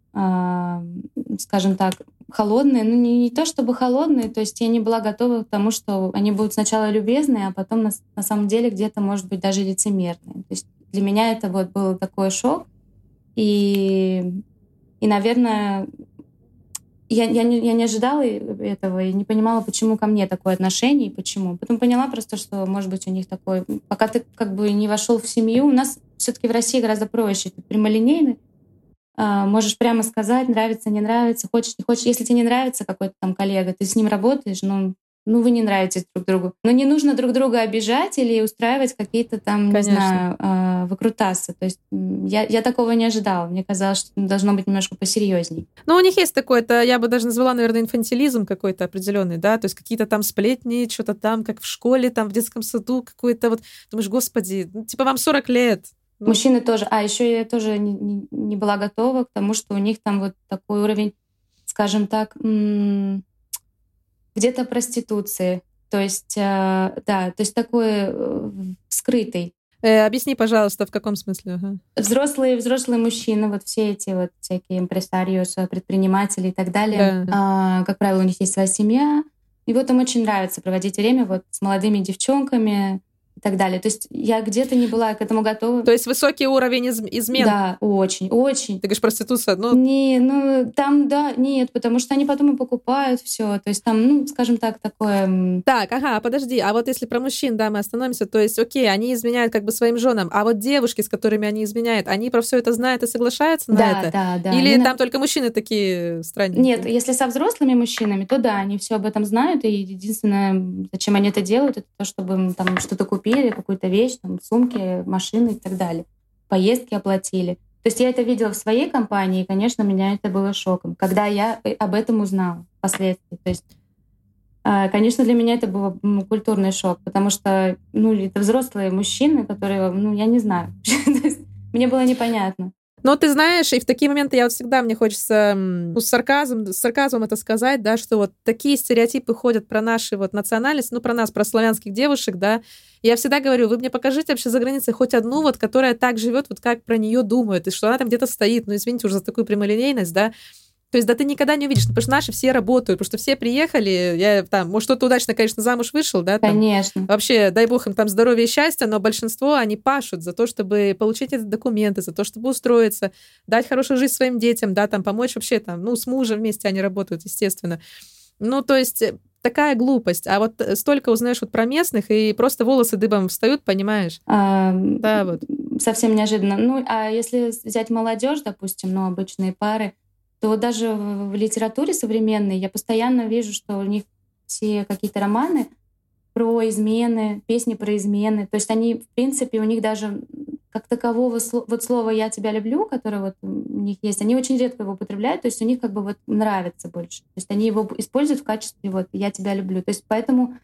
скажем так, холодные. Ну, не, не то чтобы холодные, то есть я не была готова к тому, что они будут сначала любезные, а потом на, на самом деле где-то, может быть, даже лицемерные. То есть для меня это вот был такой шок. И, и наверное... Я, я, не, я не ожидала этого и не понимала, почему ко мне такое отношение и почему. Потом поняла просто, что, может быть, у них такое... Пока ты как бы не вошел в семью, у нас все-таки в России гораздо проще. Ты прямолинейный, а, можешь прямо сказать, нравится, не нравится, хочешь, не хочешь. Если тебе не нравится какой-то там коллега, ты с ним работаешь, ну, ну вы не нравитесь друг другу. Но не нужно друг друга обижать или устраивать какие-то там, Конечно. не знаю, э, выкрутасы. То есть я, я такого не ожидала. Мне казалось, что должно быть немножко посерьезней. Ну, у них есть такое-то, я бы даже назвала, наверное, инфантилизм какой-то определенный, да, то есть какие-то там сплетни, что-то там, как в школе, там в детском саду какой-то вот, думаешь, господи, ну, типа вам сорок лет. Ну. Мужчины тоже. А еще я тоже не, не, не была готова к тому, что у них там вот такой уровень, скажем так, м- где-то проституции. То есть, э, да, то есть такой э, скрытый. Э, объясни, пожалуйста, в каком смысле? Ага. Взрослые, взрослые мужчины, вот все эти вот всякие импресариус, предприниматели и так далее, Да. э, как правило, у них есть своя семья. И вот им очень нравится проводить время вот с молодыми девчонками и так далее. То есть я где-то не была к этому готова. То есть высокий уровень из- измен? Да, очень, очень. Ты говоришь, проституция, ну... Не, ну там, да, нет, потому что они потом и покупают все. То есть там, ну, скажем так, такое... Так, ага, подожди, а вот если про мужчин, да, мы остановимся, то есть, окей, они изменяют как бы своим женам, а вот девушки, с которыми они изменяют, они про все это знают и соглашаются на Да, это? да, да. Или Они там на- только мужчины такие странненькие? Нет, если со взрослыми мужчинами, то да, они все об этом знают, и единственное, зачем они это делают, это то, чтобы им там что-то купили, какую-то вещь, там, сумки, машины и так далее. Поездки оплатили. То есть я это видела в своей компании, и, конечно, меня это было шоком, когда я об этом узнала впоследствии. То есть, а, конечно, для меня это был ну, культурный шок, потому что ну, это взрослые мужчины, которые, ну, я не знаю, То есть мне было непонятно. Но ты знаешь, и в такие моменты я вот всегда, мне хочется м, ну, с сарказмом, с сарказмом это сказать, да, что вот такие стереотипы ходят про наши вот национальности, ну, про нас, про славянских девушек, да. Я всегда говорю, вы мне покажите вообще за границей хоть одну, вот, которая так живет, вот как про нее думают, и что она там где-то стоит. Ну, извините уже за такую прямолинейность, да. То есть, да, ты никогда не увидишь, потому что наши все работают, потому что все приехали, я там, может, кто-то удачно, конечно, замуж вышел, да, там, Конечно. вообще, дай бог им там здоровья и счастья, но большинство, они пашут за то, чтобы получить эти документы, за то, чтобы устроиться, дать хорошую жизнь своим детям, да, там, помочь вообще, там, ну, с мужем вместе они работают, естественно. Ну, то есть, такая глупость. А вот столько узнаешь вот про местных, и просто волосы дыбом встают, понимаешь? А, Да, вот. Совсем неожиданно. Ну, а если взять молодежь, допустим, ну, обычные пары, то вот даже в, в литературе современной я постоянно вижу, что у них все какие-то романы про измены, песни про измены. То есть они, в принципе, у них даже как такового сло- вот слова «я тебя люблю», которое вот у них есть, они очень редко его употребляют, то есть у них как бы вот нравится больше. То есть они его используют в качестве вот «я тебя люблю». То есть поэтому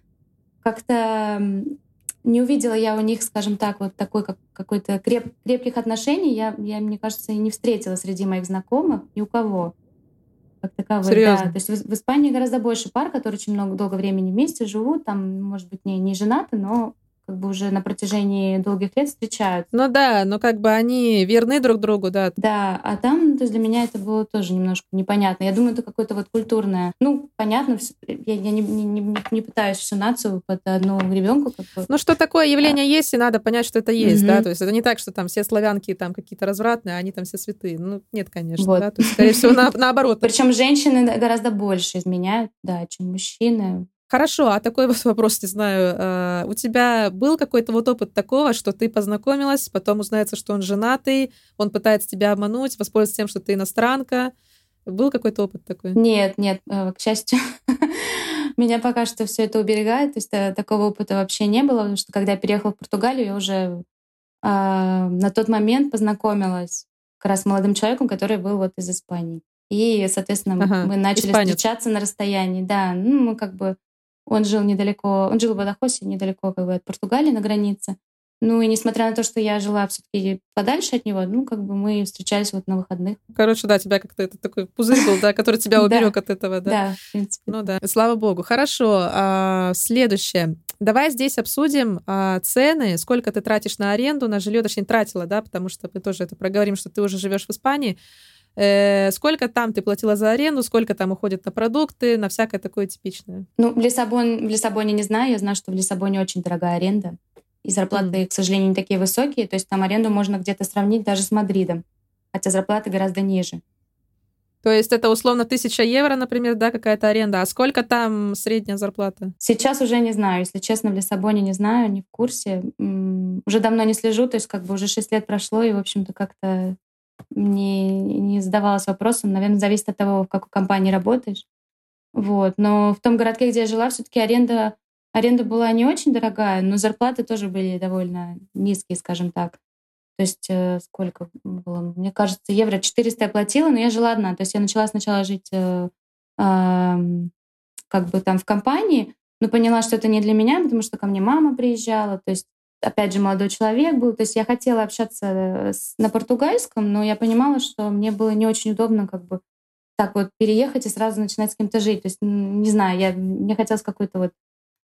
как-то не увидела я у них, скажем так, вот такой как, какой-то креп, крепких отношений. Я, я, мне кажется, и не встретила среди моих знакомых ни у кого как таковых. Серьезно? Да. То есть в, в Испании гораздо больше пар, которые очень много, долго времени вместе живут, там, может быть, не, не женаты, но как бы уже на протяжении долгих лет встречаются. Ну да, но как бы они верны друг другу, да. Да, а там, то есть для меня это было тоже немножко непонятно. Я думаю, это какое-то вот культурное. Ну, понятно, я, я не, не, не, не пытаюсь всю нацию под одну гребенку. Как бы. Ну, что такое явление а. есть, и надо понять, что это есть, Mm-hmm. да, то есть это не так, что там все славянки там какие-то развратные, а они там все святые. Ну, нет, конечно, вот. да, то есть, скорее всего, на, наоборот. Причем женщины гораздо больше изменяют, да, чем мужчины. Хорошо, а такой вот вопрос, не знаю, у тебя был какой-то вот опыт такого, что ты познакомилась, потом узнается, что он женатый, он пытается тебя обмануть, воспользоваться тем, что ты иностранка. Был какой-то опыт такой? Нет, нет, к счастью, меня пока что все это уберегает, то есть э, такого опыта вообще не было, потому что когда я переехала в Португалию, я уже а, на тот момент познакомилась как раз с молодым человеком, который был вот из Испании. И, соответственно, Ага, мы начали испанец. встречаться на расстоянии. Да, ну, мы как бы... Он жил недалеко, он жил в Бадахосе, недалеко как бы от Португалии на границе. Ну и несмотря на то, что я жила все-таки подальше от него, ну как бы мы встречались вот на выходных. Короче, да, тебя как-то это такой пузырь был, да, который тебя уберег Да, от этого, да? да, в принципе. Ну да, слава богу. Хорошо, а, следующее. Давай здесь обсудим а, цены, сколько ты тратишь на аренду, на жилье, точнее, тратила, да, потому что мы тоже это проговорим, что ты уже живешь в Испании. Э, сколько там ты платила за аренду, сколько там уходит на продукты, на всякое такое типичное? Ну, в Лиссабон, в Лиссабоне не знаю, я знаю, что в Лиссабоне очень дорогая аренда. И зарплаты, М. к сожалению, не такие высокие. То есть там аренду можно где-то сравнить даже с Мадридом, хотя зарплаты гораздо ниже. То есть это условно тысяча евро, например, да, какая-то аренда. А сколько там средняя зарплата? Сейчас уже не знаю, если честно, в Лиссабоне не знаю, не в курсе. М, Уже давно не слежу, то есть как бы уже шесть лет прошло, и, в общем-то, как-то не, не задавалась вопросом. Наверное, зависит от того, в какой компании работаешь. Вот. Но в том городке, где я жила, все-таки аренда, аренда была не очень дорогая, но зарплаты тоже были довольно низкие, скажем так. То есть э, сколько было? Мне кажется, евро четыреста я платила, но я жила одна. То есть я начала сначала жить э, ам, как бы там в компании, но поняла, что это не для меня, потому что ко мне мама приезжала. То есть опять же молодой человек был. То есть я хотела общаться э, с- на португальском, но я понимала, что мне было не очень удобно как бы так вот переехать и сразу начинать с кем-то жить. То есть, м, не знаю, я, мне хотелось какой-то вот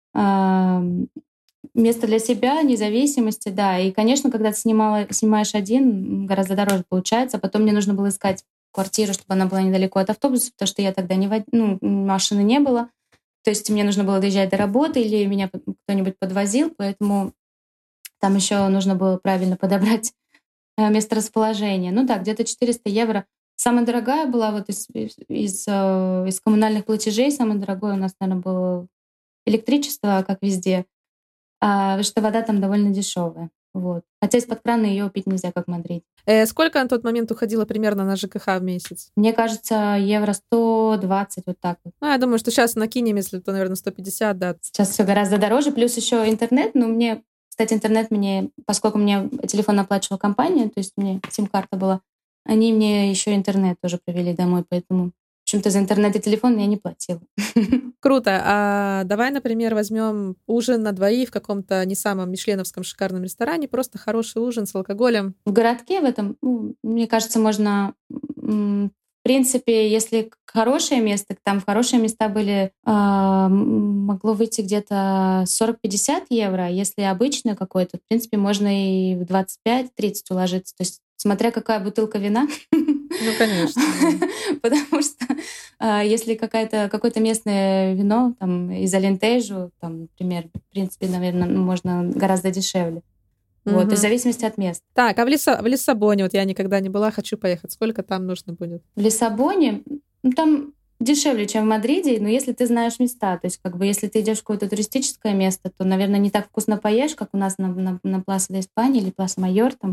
ам, место для себя, независимости, да. И, конечно, когда ты снимала, снимаешь один, м, гораздо дороже получается. А потом мне нужно было искать квартиру, чтобы она была недалеко от автобуса, потому что я тогда не вод... ну, машины не было. То есть мне нужно было доезжать до работы или меня п- кто-нибудь подвозил, поэтому там еще нужно было правильно подобрать э, место расположения. Ну да, где-то четыреста евро. Самая дорогая была вот из, из, из, э, из коммунальных платежей, самое дорогое у нас, наверное, было электричество, как везде, а, потому что вода там довольно дешевая. Вот. Хотя из-под крана ее пить нельзя, как в Мадриде. Э, сколько на тот момент уходило примерно на ЖКХ в месяц? Мне кажется, евро сто двадцать, вот так вот. Ну, я думаю, что сейчас накинем, если то, наверное, сто пятьдесят, да. Сейчас все гораздо дороже, плюс еще интернет. Ну, мне, кстати, интернет мне, поскольку мне телефон оплачивала компания, то есть мне сим-карта была, они мне еще интернет тоже привели домой, поэтому, в общем-то, за интернет и телефон я не платила. Круто. А давай, например, возьмем ужин на двоих в каком-то не самом мишленовском шикарном ресторане, просто хороший ужин с алкоголем. В городке в этом, ну, мне кажется, можно, м, в принципе, если хорошее место, там хорошие места были, а, м, могло выйти где-то сорок-пятьдесят евро. А если обычное какое-то, в принципе, можно и в двадцать пять тридцать уложиться. То есть смотря какая бутылка вина. Ну, конечно, да. Потому что а, если какая-то, какое-то местное вино там, из Алентежу, там, например, в принципе, наверное, можно гораздо дешевле. Вот, и в Мгм. зависимости от места. Так, а в, Лиса- в Лиссабоне, вот я никогда не была, хочу поехать. Сколько там нужно будет? В Лиссабоне, ну, там дешевле, чем в Мадриде, но если ты знаешь места, то есть как бы если ты идешь в какое-то туристическое место, то, наверное, не так вкусно поешь, как у нас на, на, на Пласа де Испании или Пласа Майор, там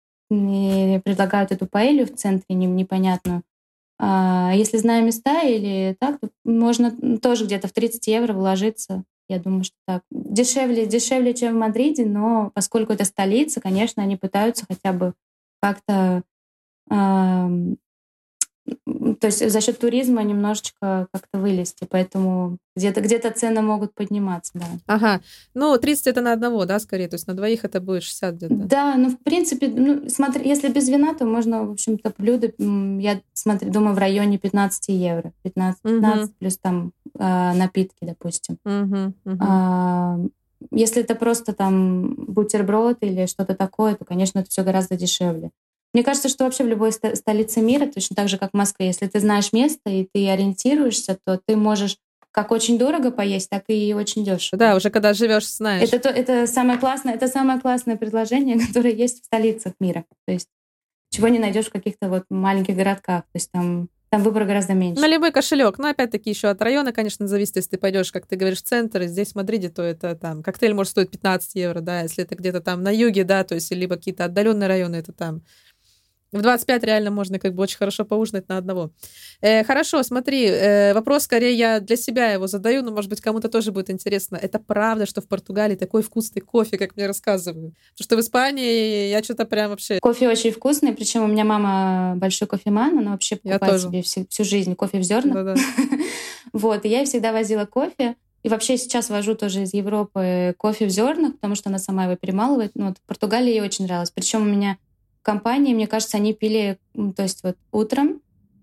и предлагают эту паэлью в центре не- непонятную. А если зная места или так, то можно тоже где-то в тридцать евро вложиться. Я думаю, что так. Дешевле, дешевле, чем в Мадриде, но поскольку это столица, конечно, они пытаются хотя бы как-то ам, м, то есть за счет туризма немножечко как-то вылезти, поэтому где-то где-то цены могут подниматься, да. Ага. Ну, тридцать это на одного, да, скорее. То есть на двоих это будет шестьдесят где-то. Да, ну в принципе, ну смотри, если без вина, то можно, в общем-то, блюдо, м, я смотрю, думаю, в районе пятнадцать евро, пятнадцать, Мгм. пятнадцать плюс там а, напитки, допустим. Мгм. Мгм. А, Если это просто там бутерброд или что-то такое, то, конечно, это все гораздо дешевле. Мне кажется, что вообще в любой ста- столице мира, точно так же, как в Москве, если ты знаешь место и ты ориентируешься, то ты можешь как очень дорого поесть, так и очень дешево. Да, уже когда живешь, знаешь. Это, то, это, самое классное, это самое классное предложение, которое есть в столицах мира. То есть чего не найдешь в каких-то вот маленьких городках. То есть там, там выбора гораздо На меньше. любой кошелек. Но опять-таки еще от района, конечно, зависит. Если ты пойдешь, как ты говоришь, в центр, и здесь в Мадриде, то это там коктейль может стоить пятнадцать евро, да. Если это где-то там на юге, да, то есть либо какие-то отдаленные районы, это там В двадцать пять реально можно как бы очень хорошо поужинать на одного. Э, хорошо, смотри, э, вопрос скорее я для себя его задаю, но, может быть, кому-то тоже будет интересно. Это правда, что в Португалии такой вкусный кофе, как мне рассказывают? Потому что в Испании я что-то прям вообще... Кофе очень вкусный, причем у меня мама большой кофеман, она вообще покупает себе всю, всю жизнь кофе в зернах. Да-да. Вот, и я ей всегда возила кофе. И вообще сейчас вожу тоже из Европы кофе в зернах, потому что она сама его перемалывает. Ну, вот в Португалии ей очень нравилось. Причем у меня компании, мне кажется, они пили, то есть вот утром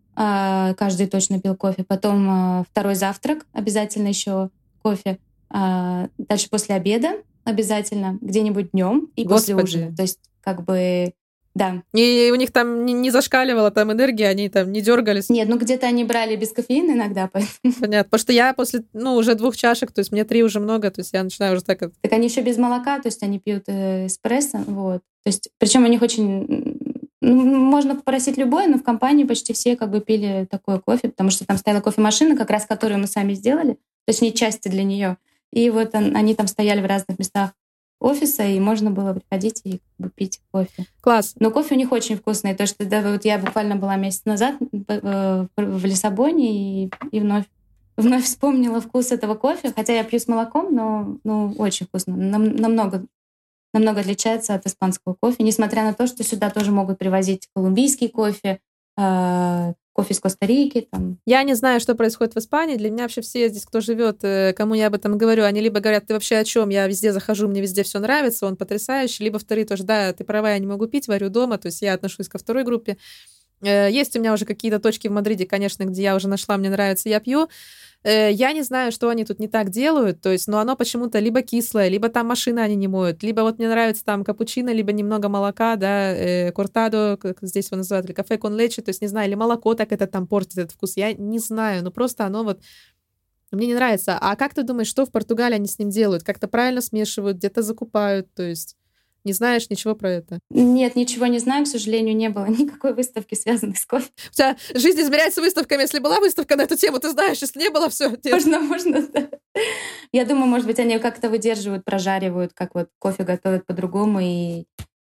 э, каждый точно пил кофе, потом э, второй завтрак, обязательно еще кофе, э, дальше после обеда обязательно, где-нибудь днем и Господи. после ужина. То есть как бы, да. И у них там не, не зашкаливала там энергия, они там не дергались. Нет, ну где-то они брали без кофеина иногда, поэтому... Понятно, потому что я после, ну, уже двух чашек, то есть мне три уже много, то есть я начинаю уже так... Так они еще без молока, то есть они пьют э, эспрессо, вот. То есть, причем у них очень... Ну, можно попросить любое, но в компании почти все как бы пили такое кофе, потому что там стояла кофемашина, как раз которую мы сами сделали, точнее, части для нее. И вот он, они там стояли в разных местах офиса, и можно было приходить и как бы пить кофе. Класс. Но кофе у них очень вкусный. То, что да, вот я буквально была месяц назад в Лиссабоне и, и вновь, вновь вспомнила вкус этого кофе, хотя я пью с молоком, но ну, очень вкусно. Нам, намного намного отличается от испанского кофе, несмотря на то, что сюда тоже могут привозить колумбийский кофе, э, кофе из Коста-Рики. Там. Я не знаю, что происходит в Испании. Для меня вообще все здесь, кто живет, кому я об этом говорю, они либо говорят, ты вообще о чем? Я везде захожу, мне везде все нравится, он потрясающий. Либо вторые тоже, да, ты права, я не могу пить, варю дома. То есть я отношусь ко второй группе. Есть у меня уже какие-то точки в Мадриде, конечно, где я уже нашла, мне нравится, я пью. Я не знаю, что они тут не так делают, то есть, но оно почему-то либо кислое, либо там машины они не моют, либо вот мне нравится там капучино, либо немного молока, да, э, кортадо, как здесь его называют, или кафе кон лече, то есть, не знаю, или молоко так это там портит этот вкус, я не знаю, но просто оно вот мне не нравится. А как ты думаешь, что в Португалии они с ним делают? Как-то правильно смешивают, где-то закупают, то есть... Не знаешь ничего про это? Нет, ничего не знаю, к сожалению, не было никакой выставки, связанной с кофе. У тебя жизнь измеряется выставками. Если была выставка на эту тему, ты знаешь, если не было, все. Можно, можно, да. Я думаю, может быть, они как-то выдерживают, прожаривают, как вот кофе готовят по-другому, и,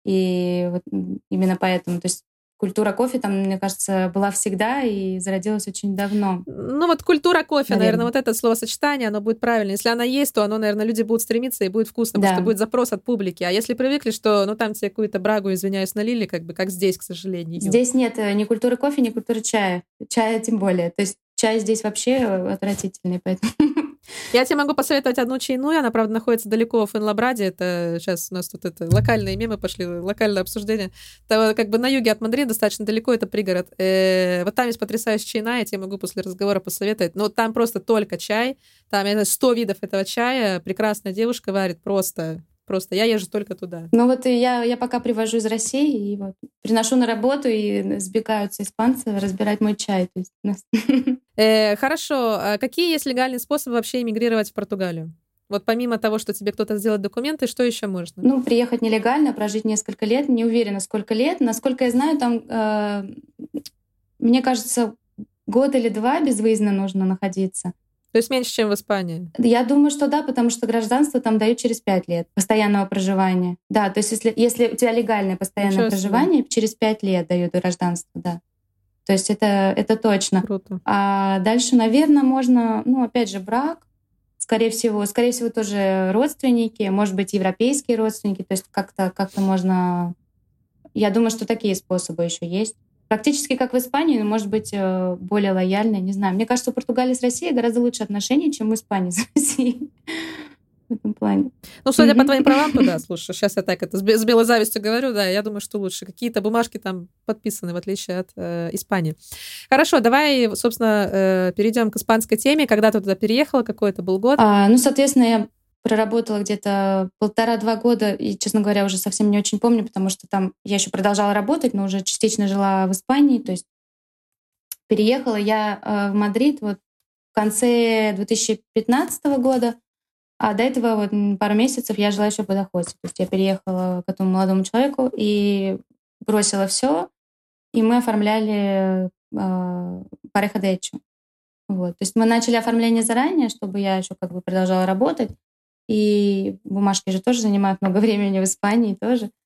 и вот именно поэтому. То есть культура кофе там, мне кажется, была всегда и зародилась очень давно. Ну вот культура кофе, наверное, наверное вот это словосочетание, оно будет правильно. Если она есть, то оно, наверное, люди будут стремиться и будет вкусно, да. Потому что будет запрос от публики. А если привыкли, что, ну там тебе какую-то брагу, извиняюсь, налили, как бы как здесь, к сожалению. Здесь нет ни культуры кофе, ни культуры чая. Чая тем более. То есть чай здесь вообще отвратительный, поэтому... Я тебе могу посоветовать одну чайную, она, правда, находится далеко в Фенлабраде, это сейчас у нас тут это локальные мемы пошли, локальное обсуждение. Это как бы на юге от Мадрида, достаточно далеко, это пригород. Э, вот там есть потрясающая чайная, я тебе могу после разговора посоветовать, но там просто только чай, там, я знаю, сто видов этого чая, прекрасная девушка варит просто... Просто я езжу только туда. Ну вот и я, я пока привожу из России, и вот приношу на работу, и сбегаются испанцы разбирать мой чай. То есть у нас... э, хорошо. А какие есть легальные способы вообще эмигрировать в Португалию? Вот помимо того, что тебе кто-то сделает документы, что еще можно? Ну, приехать нелегально, прожить несколько лет. Не уверена, сколько лет. Насколько я знаю, там, э, мне кажется, год или два безвыездно нужно находиться. То есть меньше, чем в Испании? Я думаю, что да, потому что гражданство там дают через пять лет постоянного проживания. Да, то есть если, если у тебя легальное постоянное Ничего проживание, себе. Через пять лет дают гражданство, да. То есть это, это точно. Круто. А дальше, наверное, можно, ну, опять же, брак, скорее всего, скорее всего, тоже родственники, может быть, европейские родственники, то есть как-то, как-то можно... Я думаю, что такие способы еще есть. Практически как в Испании, но, может быть, более лояльные, не знаю. Мне кажется, у Португалии с Россией гораздо лучше отношения, чем у Испании с Россией в этом плане. Ну, судя mm-hmm. по твоим правам, то да, слушай, сейчас я так это с белой завистью говорю, да, я думаю, что лучше. Какие-то бумажки там подписаны, в отличие от э, Испании. Хорошо, давай, собственно, э, перейдем к испанской теме. Когда ты туда переехала, какой это был год? А, ну, соответственно, я проработала где-то полтора-два года, и, честно говоря, уже совсем не очень помню, потому что там я еще продолжала работать, но уже частично жила в Испании, то есть переехала я э, в Мадрид вот в конце две тысячи пятнадцатого года, а до этого вот пару месяцев я жила еще в Бадахосе, то есть я переехала к этому молодому человеку и бросила все, и мы оформляли э, пареха де хечо. Вот. То есть мы начали оформление заранее, чтобы я еще как бы продолжала работать. И бумажки же тоже занимают много времени в Испании тоже.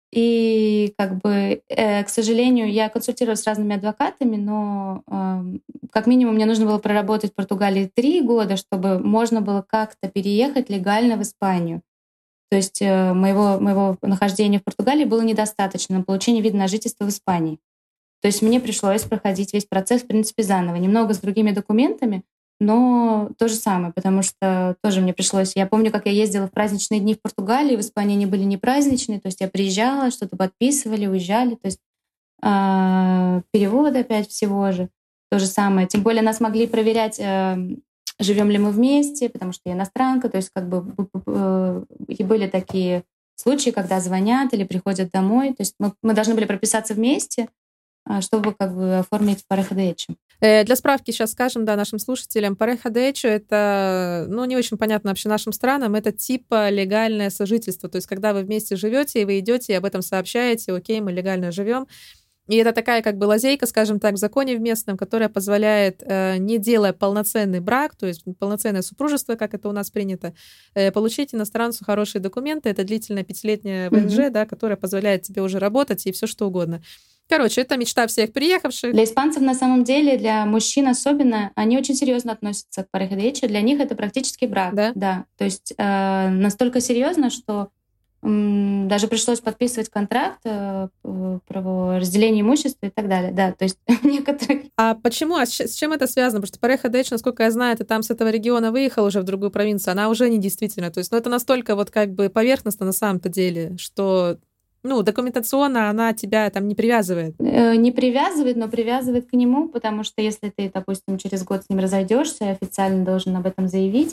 И как бы, э, к сожалению, я консультировалась с разными адвокатами, но э, как минимум мне нужно было проработать в Португалии три года, чтобы можно было как-то переехать легально в Испанию. То есть э, моего, моего нахождения в Португалии было недостаточно на получение вида на жительство в Испании. То есть мне пришлось проходить весь процесс, в принципе, заново. Немного с другими документами, но то же самое, потому что тоже мне пришлось... Я помню, как я ездила в праздничные дни в Португалии, в Испании они были не праздничные, то есть я приезжала, что-то подписывали, уезжали, то есть э, перевод опять всего же. То же самое. Тем более нас могли проверять, э, живем ли мы вместе, потому что я иностранка, то есть как бы э, и были такие случаи, когда звонят или приходят домой. То есть мы, мы должны были прописаться вместе, чтобы как бы оформить pareja de hecho. Для справки сейчас скажем, да, нашим слушателям, pareja de hecho — это, ну, не очень понятно вообще нашим странам, это типа легальное сожительство, то есть когда вы вместе живете и вы идете и об этом сообщаете, окей, мы легально живем. И это такая как бы лазейка, скажем так, в законе в местном, которая позволяет, не делая полноценный брак, то есть полноценное супружество, как это у нас принято, получить иностранцу хорошие документы. Это длительная пятилетняя вэ эн жэ, mm-hmm. да, которая позволяет тебе уже работать и все что угодно. Короче, это мечта всех приехавших. Для испанцев, на самом деле, для мужчин особенно, они очень серьезно относятся к pareja de hecho. Для них это практически брак. Да? Да. То есть э, настолько серьезно, что м, даже пришлось подписывать контракт э, про разделение имущества и так далее. Да, то есть некоторых... А почему? А с чем это связано? Потому что pareja de hecho, насколько я знаю, ты там с этого региона выехал уже в другую провинцию, она уже не действительно. То есть, ну, это настолько вот как бы поверхностно на самом-то деле, что... Ну, документационно она тебя там не привязывает. Не привязывает, но привязывает к нему, потому что если ты, допустим, через год с ним разойдешься, официально должен об этом заявить.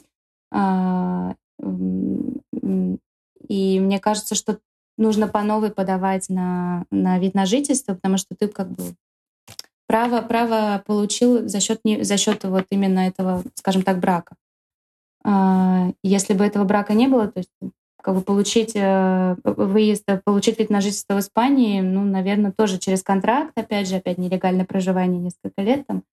И мне кажется, что нужно по новой подавать на, на вид на жительство, потому что ты как бы право, право получил за счет, за счет вот именно этого, скажем так, брака. Если бы этого брака не было, то есть как бы получить выезд, получить вид на жительство в Испании, ну, наверное, тоже через контракт, опять же, опять нелегальное проживание несколько лет там,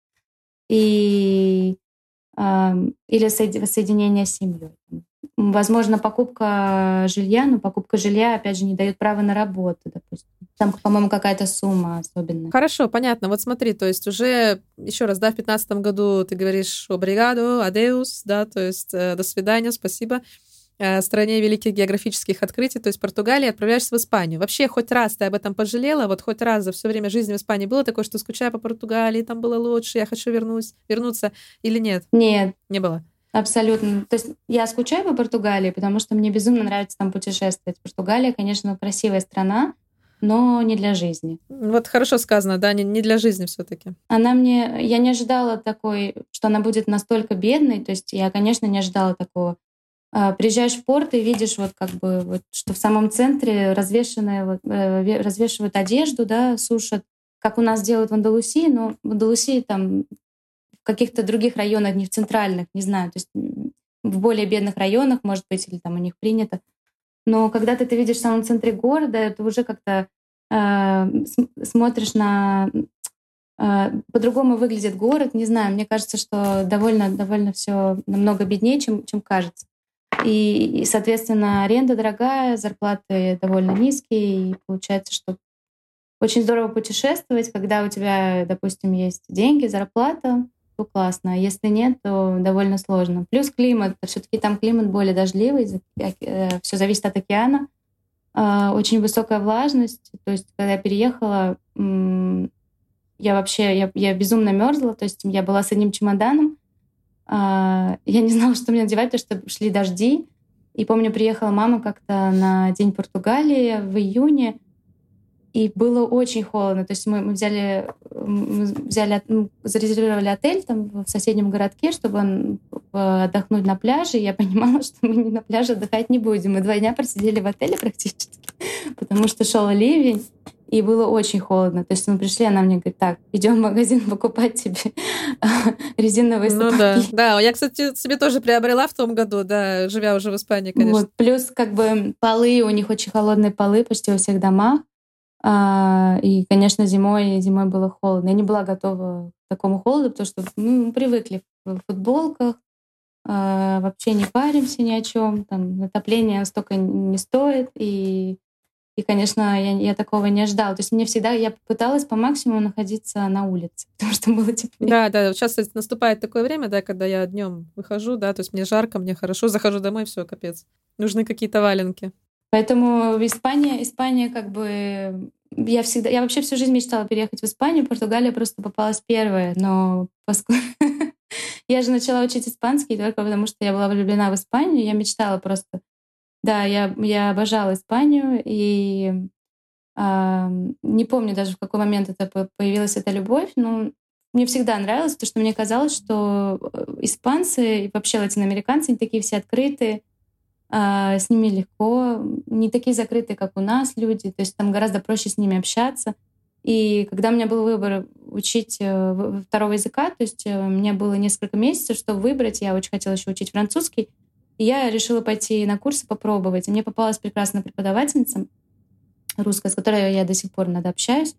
и, э, или воссоединение с семьей. Возможно, покупка жилья, но покупка жилья, опять же, не дает права на работу, допустим. Там, по-моему, какая-то сумма особенная. Хорошо, понятно. Вот смотри, то есть уже, еще раз, да, в пятнадцатом году ты говоришь «обригадо», «адеус», да, то есть «до свидания», «спасибо», стране великих географических открытий, то есть Португалии, отправляешься в Испанию. Вообще, хоть раз ты об этом пожалела? Вот хоть раз за все время жизни в Испании было такое, что скучаю по Португалии, там было лучше, я хочу вернусь, вернуться, или нет? Нет. Не было? Абсолютно. То есть я скучаю по Португалии, потому что мне безумно нравится там путешествовать. Португалия, конечно, красивая страна, но не для жизни. Вот хорошо сказано, да, не, не для жизни все-таки. Она мне... Я не ожидала такой, что она будет настолько бедной. То есть я, конечно, не ожидала такого. Приезжаешь в порт и видишь, вот как бы, вот, что в самом центре развешенные, вот, э, развешивают одежду, да, сушат, как у нас делают в Андалусии, но в Андалусии там в каких-то других районах, не в центральных, не знаю, то есть в более бедных районах, может быть, или там у них принято. Но когда ты это видишь в самом центре города, ты уже как-то э, смотришь на... Э, по-другому выглядит город, не знаю, мне кажется, что довольно, довольно все намного беднее, чем, чем кажется. И, и, соответственно, аренда дорогая, зарплаты довольно низкие, и получается, что очень здорово путешествовать, когда у тебя, допустим, есть деньги, зарплата, то классно, а если нет, то довольно сложно. Плюс климат, все-таки там климат более дождливый, все зависит от океана, очень высокая влажность, то есть когда я переехала, я вообще, я, я безумно мерзла, то есть я была с одним чемоданом, я не знала, что мне надевать, потому что шли дожди. И помню, приехала мама как-то на День Португалии в июне, и было очень холодно. То есть мы, мы взяли, мы взяли, ну, зарезервировали отель там в соседнем городке, чтобы отдохнуть на пляже. И я понимала, что мы на пляже отдыхать не будем. Мы два дня просидели в отеле практически, потому что шел ливень. И было очень холодно. То есть мы пришли, она мне говорит: так, идем в магазин покупать тебе резиновые сапоги. Ну да, да. Я, кстати, себе тоже приобрела в том году, да, живя уже в Испании, конечно. Вот. Плюс как бы полы, у них очень холодные полы почти во всех домах. И, конечно, зимой, зимой было холодно. Я не была готова к такому холоду, потому что ну, мы привыкли в футболках, вообще не паримся ни о чем. Там отопление столько не стоит. И И, конечно, я, я такого не ожидала. То есть мне всегда, я пыталась по максимуму находиться на улице, потому что было теплее. Да, да, вот сейчас, кстати, наступает такое время, да, когда я днем выхожу, да, то есть мне жарко, мне хорошо, захожу домой, все, капец. Нужны какие-то валенки. Поэтому Испания, Испания как бы... Я всегда... Я вообще всю жизнь мечтала переехать в Испанию. Португалия просто попалась первая. Но поскольку... Я же начала учить испанский только потому, что я была влюблена в Испанию. Я мечтала просто... Да, я, я обожала Испанию. И а, не помню даже, в какой момент это появилась эта любовь. Но мне всегда нравилось, потому что мне казалось, что испанцы и вообще латиноамериканцы, они такие все открытые, с ними легко, не такие закрытые, как у нас люди, то есть там гораздо проще с ними общаться. И когда у меня был выбор учить второго языка, то есть у меня было несколько месяцев, чтобы выбрать, я очень хотела еще учить французский, и я решила пойти на курсы попробовать. И мне попалась прекрасная преподавательница русская, с которой я до сих пор иногда общаюсь.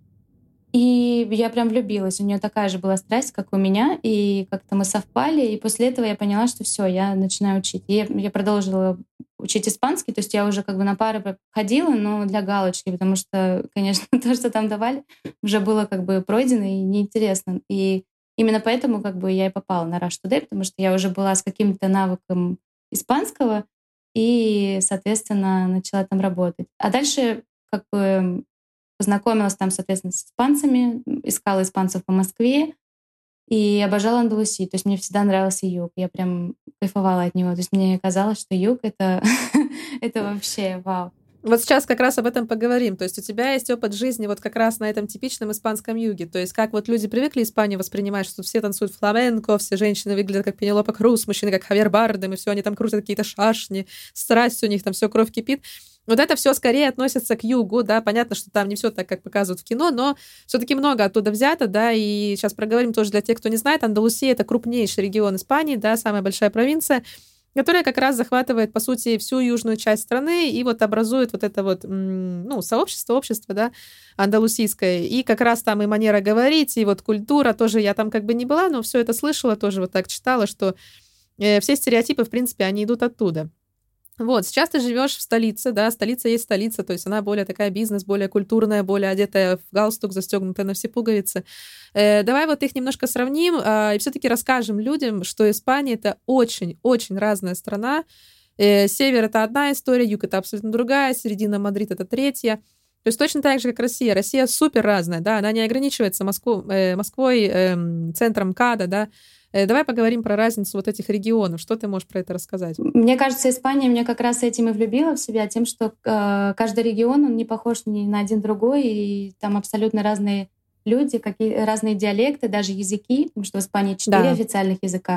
И я прям влюбилась. У нее такая же была страсть, как у меня, и как-то мы совпали. И после этого я поняла, что все, я начинаю учить. И я, я продолжила учить испанский, то есть я уже как бы на пары ходила, но для галочки, потому что, конечно, то, что там давали, уже было как бы пройдено и неинтересно. И именно поэтому как бы я и попала на Rush Today, потому что я уже была с каким-то навыком испанского и, соответственно, начала там работать. А дальше как бы познакомилась там, соответственно, с испанцами, искала испанцев по Москве и обожала Андалусию. То есть мне всегда нравился юг. Я прям кайфовала от него. То есть мне казалось, что юг — это, это вообще вау. Вот сейчас как раз об этом поговорим. То есть у тебя есть опыт жизни вот как раз на этом типичном испанском юге. То есть как вот люди привыкли Испанию воспринимать, что все танцуют фламенко, все женщины выглядят как Пенелопа Круз, мужчины как Хавьер Бардем, и все, они там крутят какие-то шашни, страсть у них, там все кровь кипит. Вот это все скорее относится к югу, да, понятно, что там не все так, как показывают в кино, но все-таки много оттуда взято, да, и сейчас проговорим тоже для тех, кто не знает, Андалусия — это крупнейший регион Испании, да, самая большая провинция, которая как раз захватывает, по сути, всю южную часть страны и вот образует вот это вот, ну, сообщество, общество, да, андалусийское. И как раз там и манера говорить, и вот культура тоже, я там как бы не была, но все это слышала, тоже вот так читала, что все стереотипы, в принципе, они идут оттуда. Вот, сейчас ты живешь в столице, да, столица есть столица, то есть она более такая бизнес, более культурная, более одетая в галстук, застегнутая на все пуговицы. Э, давай вот их немножко сравним э, и все-таки расскажем людям, что Испания — это очень-очень разная страна. Э, север — это одна история, юг — это абсолютно другая, середина, Мадрид — это третья. То есть точно так же, как Россия. Россия супер разная, да, она не ограничивается Москву, э, Москвой, э, центром МКАДа, да. Давай поговорим про разницу вот этих регионов. Что ты можешь про это рассказать? Мне кажется, Испания меня как раз этим и влюбила в себя, тем, что э, каждый регион, он не похож ни на один другой, и там абсолютно разные люди, какие, разные диалекты, даже языки, потому что в Испании четыре да. официальных языка.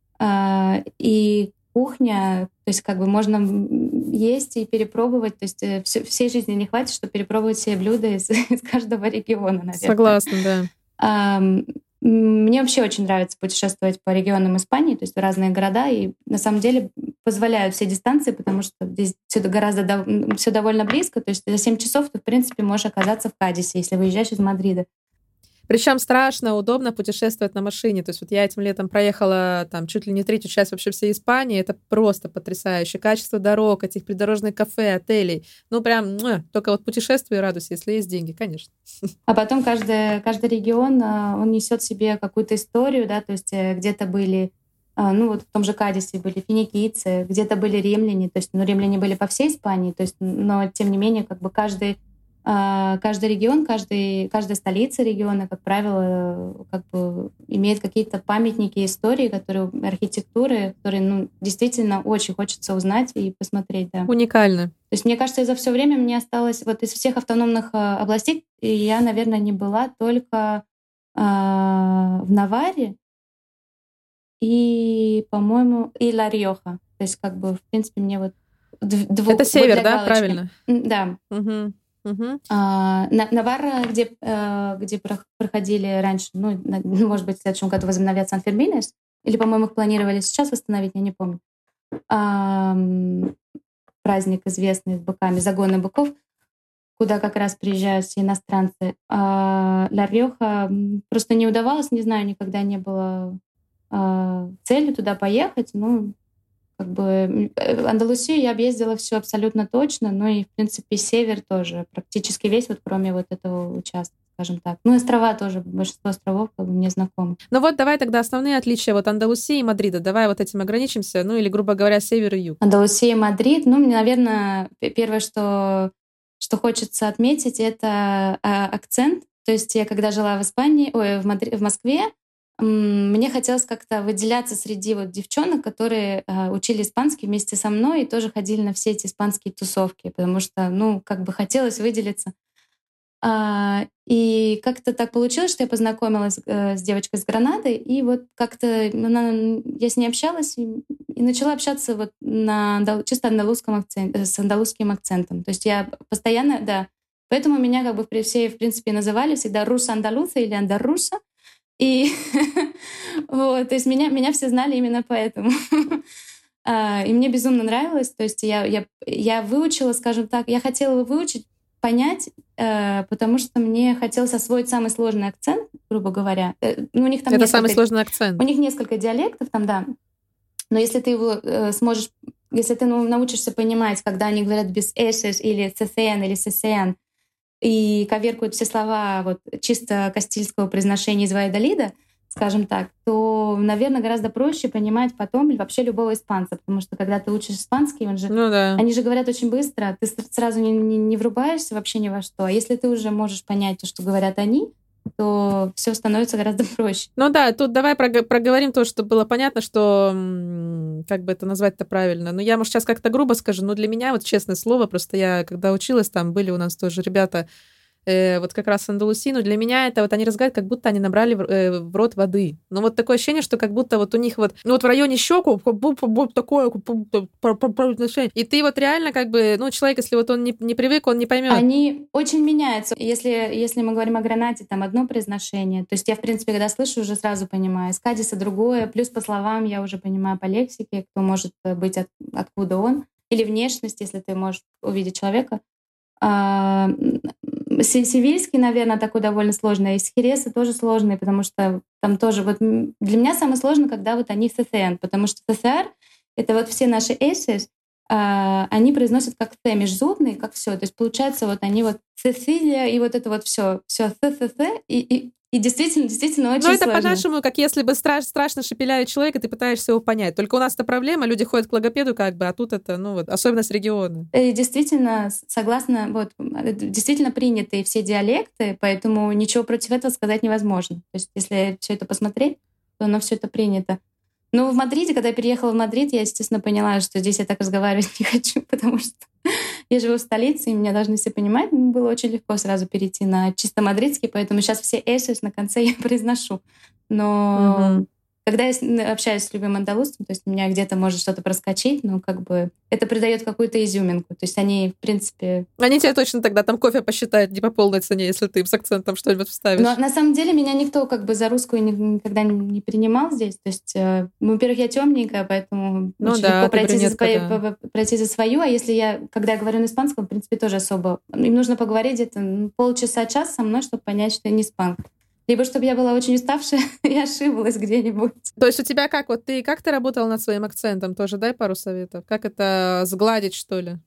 Э, и кухня, то есть как бы можно есть и перепробовать, то есть э, все, всей жизни не хватит, чтобы перепробовать все блюда из, из каждого региона, наверное. Согласна, да. Э, Мне вообще очень нравится путешествовать по регионам Испании, то есть в разные города, и на самом деле позволяют все дистанции, потому что здесь все гораздо все довольно близко, то есть за семь часов ты, в принципе, можешь оказаться в Кадисе, если выезжаешь из Мадрида. Причем страшно удобно путешествовать на машине. То есть вот я этим летом проехала там чуть ли не третью часть вообще всей Испании. Это просто потрясающе. Качество дорог, этих придорожных кафе, отелей. Ну прям, ну, только вот путешествуй и радуйся, если есть деньги, конечно. А потом каждый, каждый регион, он несет в себе какую-то историю, да, то есть где-то были, ну вот в том же Кадисе были финикийцы, где-то были римляне, то есть, ну, римляне были по всей Испании, то есть, но тем не менее, как бы каждый Каждый регион, каждый, каждая столица региона, как правило, как бы имеет какие-то памятники истории, которые, архитектуры, которые ну, действительно очень хочется узнать и посмотреть. Да. Уникально. То есть, мне кажется, за все время мне осталось вот из всех автономных областей, я, наверное, не была только э, в Наварре и, по-моему, и Ла-Рьоха. То есть, как бы, в принципе, мне вот двух... Это север, да, правильно? Да. Угу. Uh-huh. А, Наварра, где, где проходили раньше, ну, может быть, в следующем году возобновят Сан-Ферминес, или, по-моему, их планировали сейчас восстановить, я не помню. А, праздник известный с быками, загоны быков, куда как раз приезжают все иностранцы. А Ла-Рьоха просто не удавалось, не знаю, никогда не было а, цели туда поехать. Ну, как бы Андалусию я объездила все абсолютно точно, ну и, в принципе, север тоже, практически весь, вот кроме вот этого участка, скажем так. Ну, острова тоже, большинство островов как бы мне знакомы. Ну вот давай тогда основные отличия вот Андалусии и Мадрида. Давай вот этим ограничимся, ну или, грубо говоря, север и юг. Андалусия и Мадрид. Ну, мне, наверное, первое, что, что хочется отметить, это а, акцент. То есть я когда жила в Испании, ой, в, Мадри... в Москве, м- мне хотелось как-то выделяться среди вот девчонок, которые а, учили испанский вместе со мной и тоже ходили на все эти испанские тусовки, потому что, ну, как бы хотелось выделиться. А, и как-то так получилось, что я познакомилась э, с девочкой с Гранады, и вот как-то она, я с ней общалась и, и начала общаться вот на андал- чисто андалузском акценте, с андалузским акцентом. То есть я постоянно, да, поэтому меня как бы при все, в принципе, называли всегда руса-андалуза или андаруса. И вот, то есть меня, меня все знали именно поэтому. А, и мне безумно нравилось. То есть я, я, я выучила, скажем так, я хотела его выучить, понять, э, потому что мне хотелось освоить самый сложный акцент, грубо говоря. Э, ну, у них там Это несколько, самый сложный акцент. У них несколько диалектов там, да. Но если ты его э, сможешь, если ты ну, научишься понимать, когда они говорят без эсэс или цсн или ссн, и коверкуют все слова вот, чисто кастильского произношения из Вайдолида, скажем так, то, наверное, гораздо проще понимать потом вообще любого испанца, потому что когда ты учишь испанский, он же, ну, да. они же говорят очень быстро, ты сразу не, не, не врубаешься вообще ни во что. А если ты уже можешь понять то, что говорят они, то все становится гораздо проще. Ну да, тут давай проговорим то, чтобы было понятно, что как бы это назвать-то правильно. Ну, я, может, сейчас как-то грубо скажу, но для меня, вот честное слово, просто я, когда училась, там были у нас тоже ребята, э, вот как раз в Андалусии, но для меня это вот они разговаривают, как будто они набрали в, э, в рот воды. Ну, вот такое ощущение, что как будто вот у них вот, ну, вот в районе щеку такое произношение. И ты вот реально как бы, ну, человек, если вот он не, не привык, он не поймет. Они очень меняются. Если, если мы говорим о гранате, там одно произношение. То есть я, в принципе, когда слышу, уже сразу понимаю. Из Кадиса другое. Плюс по словам я уже понимаю по лексике, кто может быть, от, откуда он. Или внешность, если ты можешь увидеть человека. А, Севильский, наверное, такой довольно сложный. А из Хереса тоже сложный, потому что там тоже... Вот для меня самое сложное, когда вот они в ССН, потому что СССР — это вот все наши эсэс, а, они произносят как «т» межзубные, как все. То есть получается, вот они вот «Сесилия» и вот это вот все, все «th», и, и, и действительно, действительно очень сложно. Ну, это сложно. по-нашему, как если бы страш, страшно шепеляет человек, и ты пытаешься его понять. Только у нас это проблема, люди ходят к логопеду как бы, а тут это, ну вот, особенность региона. И действительно, согласно, вот, действительно приняты все диалекты, поэтому ничего против этого сказать невозможно. То есть если все это посмотреть, то оно все это принято. Ну, в Мадриде, когда я переехала в Мадрид, я, естественно, поняла, что здесь я так разговаривать не хочу, потому что я живу в столице, и меня должны все понимать. Было очень легко сразу перейти на чисто мадридский, поэтому сейчас все эсэс на конце я произношу. Но угу. когда я общаюсь с любым андалузцем, то есть у меня где-то может что-то проскочить, но как бы это придает какую-то изюминку. То есть они, в принципе... Они тебе точно тогда там кофе посчитают не по полной цене, если ты им с акцентом что-нибудь вставишь. Но на самом деле меня никто как бы за русскую никогда не принимал здесь. То есть, во-первых, я темненькая, поэтому ну очень да, легко пройти за, свою, да. пройти за свою. А если я, когда я говорю на испанском, в принципе, тоже особо... Им нужно поговорить где-то полчаса-час со мной, чтобы понять, что я не испанка. Либо чтобы я была очень уставшая и ошиблась где-нибудь. То есть у тебя как? Вот ты как ты работала над своим акцентом? Тоже дай пару советов. Как это сгладить, что ли?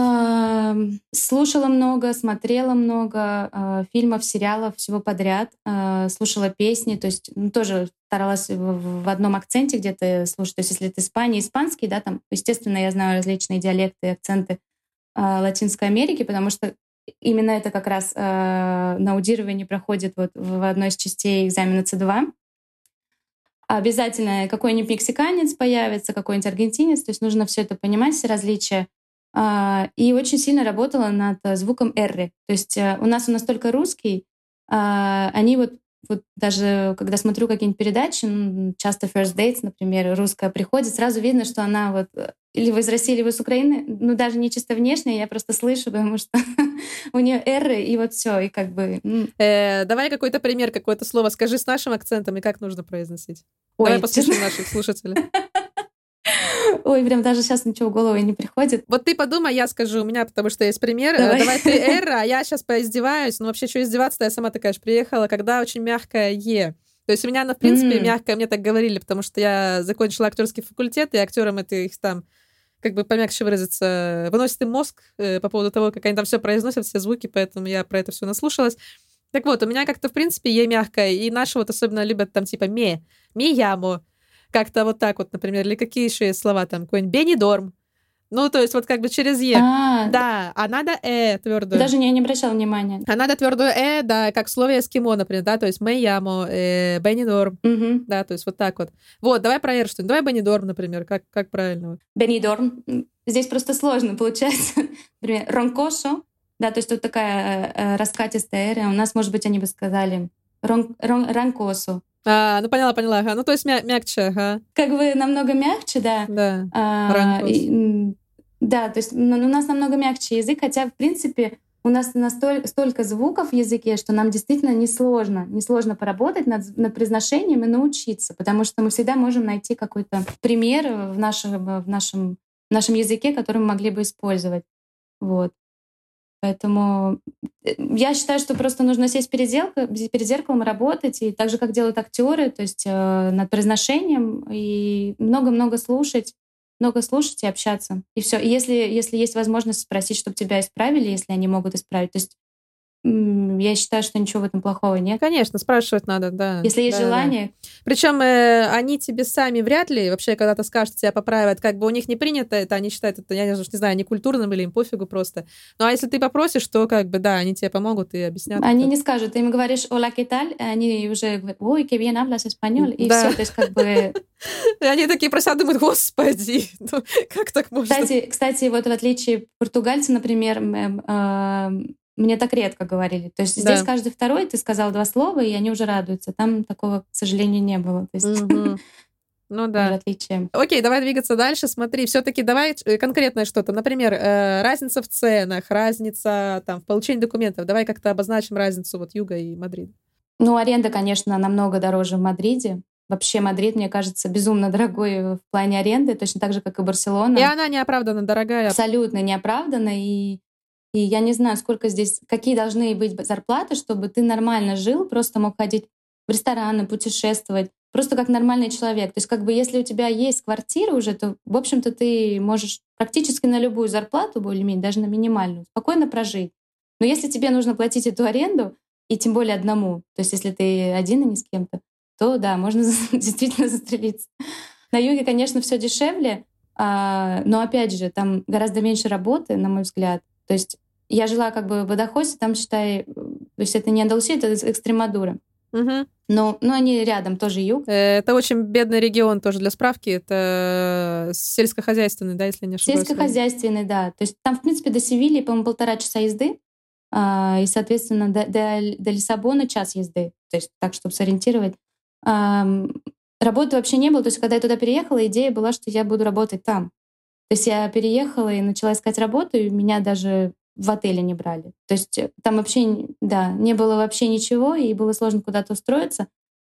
А, слушала много, смотрела много а, фильмов, сериалов, всего подряд. А, слушала песни, то есть ну, тоже старалась в, в одном акценте где-то слушать. То есть если это Испания, испанский, да, там, естественно, я знаю различные диалекты и акценты а, Латинской Америки, потому что именно это как раз э, на аудировании проходит вот в одной из частей экзамена Си два. Обязательно какой-нибудь мексиканец появится, какой-нибудь аргентинец. То есть нужно все это понимать, все различия. Э, и очень сильно работала над звуком «р». То есть э, у нас он настолько русский, э, они вот, вот даже когда смотрю какие-нибудь передачи, ну, часто First Dates, например, русская приходит, сразу видно, что она вот или вы из России, или вы из Украины, ну даже не чисто внешне, я просто слышу, потому что у нее «р», и вот все, и как бы... Э, давай какой-то пример, какое-то слово скажи с нашим акцентом, и как нужно произносить. Ой, давай послушаем наших слушателей. Ой, прям даже сейчас ничего в голову не приходит. Вот ты подумай, я скажу, у меня, потому что есть пример. Давай, Давай ты «р», а я сейчас поиздеваюсь. Ну вообще, что издеваться-то, я сама такая же приехала, когда очень мягкое «е». То есть у меня она, в принципе, М. мягко, мне так говорили, потому что я закончила актерский факультет, и актерам это их там, как бы помягче выразиться, выносит им мозг э, по поводу того, как они там все произносят, все звуки, поэтому я про это все наслушалась. Так вот, у меня как-то, в принципе, ей мягко, и наши вот особенно любят там типа «ме», «ми ямо», как-то вот так вот, например, или какие еще есть слова там, какой-нибудь «бенидорм». Ну, то есть вот как бы через «е». А, Да, а надо «э» твердую. даже не, не обращала внимания. А надо твердую «э», да, как в слове «эскимо», например, да, то есть «мэ ямо», э, «бенидорм». Мгм. Да, то есть вот так вот. Вот, давай про «р» что-нибудь. Давай «бенидорм», например, как, как правильно? Вот. Бенидорм. М, Здесь просто сложно получается. Например, ронкошо. Да, то есть тут такая э, раскатистая «р». У нас, может быть, они бы сказали рон, рон- ранкосу. А, ну поняла, поняла. Ага. Ну то есть мя- мягче, ага. Как бы намного мягче, да. Да, А, ранкос. и, м, да, то есть ну, у нас намного мягче язык, хотя, в принципе, у нас настоль, столько звуков в языке, что нам действительно несложно, несложно поработать над, над произношением и научиться, потому что мы всегда можем найти какой-то пример в нашем, в нашем, в нашем языке, который мы могли бы использовать. Вот. Поэтому э, я считаю, что просто нужно сесть перед, зеркалом, перед зеркалом и работать, и так же, как делают актеры, то есть э, над произношением, и много-много слушать, много слушать и общаться. И все. И если, если есть возможность спросить, чтобы тебя исправили, если они могут исправить, то есть м, я считаю, что ничего в этом плохого нет. Конечно, спрашивать надо, да. Если есть да, да. желание. Причем э, они тебе сами вряд ли, вообще, когда ты скажешь, тебя поправят, как бы у них не принято это, они считают это, я не знаю, некультурным или им пофигу просто. Ну а если ты попросишь, то как бы, да, они тебе помогут и объяснят. Они это. не скажут, ты им говоришь «Hola, ¿qué tal?», они уже говорят «Ой, que bien hablas español», и Да. все, то есть как бы... И они такие про себя думают, господи, ну как так можно? Кстати, кстати, вот в отличие португальцы, например, м, э, мне так редко говорили. То есть здесь Да. каждый второй, ты сказал два слова, и они уже радуются. Там такого, к сожалению, не было. То есть Мгм. Ну тоже да. отличие. Окей, давай двигаться дальше. Смотри, все-таки давай э, конкретное что-то. Например, э, разница в ценах, разница там в получении документов. Давай как-то обозначим разницу вот Юга и Мадрида. Ну, аренда, конечно, намного дороже в Мадриде. Вообще Мадрид, мне кажется, безумно дорогой в плане аренды, точно так же, как и Барселона. И она неоправданно дорогая. Абсолютно неоправданно. И, и я не знаю, сколько здесь, какие должны быть зарплаты, чтобы ты нормально жил, просто мог ходить в рестораны, путешествовать, просто как нормальный человек. То есть как бы если у тебя есть квартира уже, то, в общем-то, ты можешь практически на любую зарплату, более-менее, даже на минимальную, спокойно прожить. Но если тебе нужно платить эту аренду, и тем более одному, то есть если ты один и не с кем-то, то да, можно действительно застрелиться. На юге, конечно, все дешевле, а, но опять же, там гораздо меньше работы, на мой взгляд. То есть я жила как бы в Бадахосе, там, считай, э, то есть это не Андалусия, это Экстремадура. Мгм. Но, но они рядом, тоже юг. Э, Это очень бедный регион тоже для справки. Это сельскохозяйственный, да, если не ошибаюсь. Сельскохозяйственный, да. То есть там, в принципе, до Севильи, по-моему, полтора часа езды, а, и, соответственно, до, до, до Лиссабона час езды. То есть так, чтобы сориентировать. Ам, Работы вообще не было. То есть когда я туда переехала, идея была, что я буду работать там. То есть я переехала и начала искать работу, и меня даже в отеле не брали. То есть э, там вообще, н- да, не было вообще ничего, и было сложно куда-то устроиться.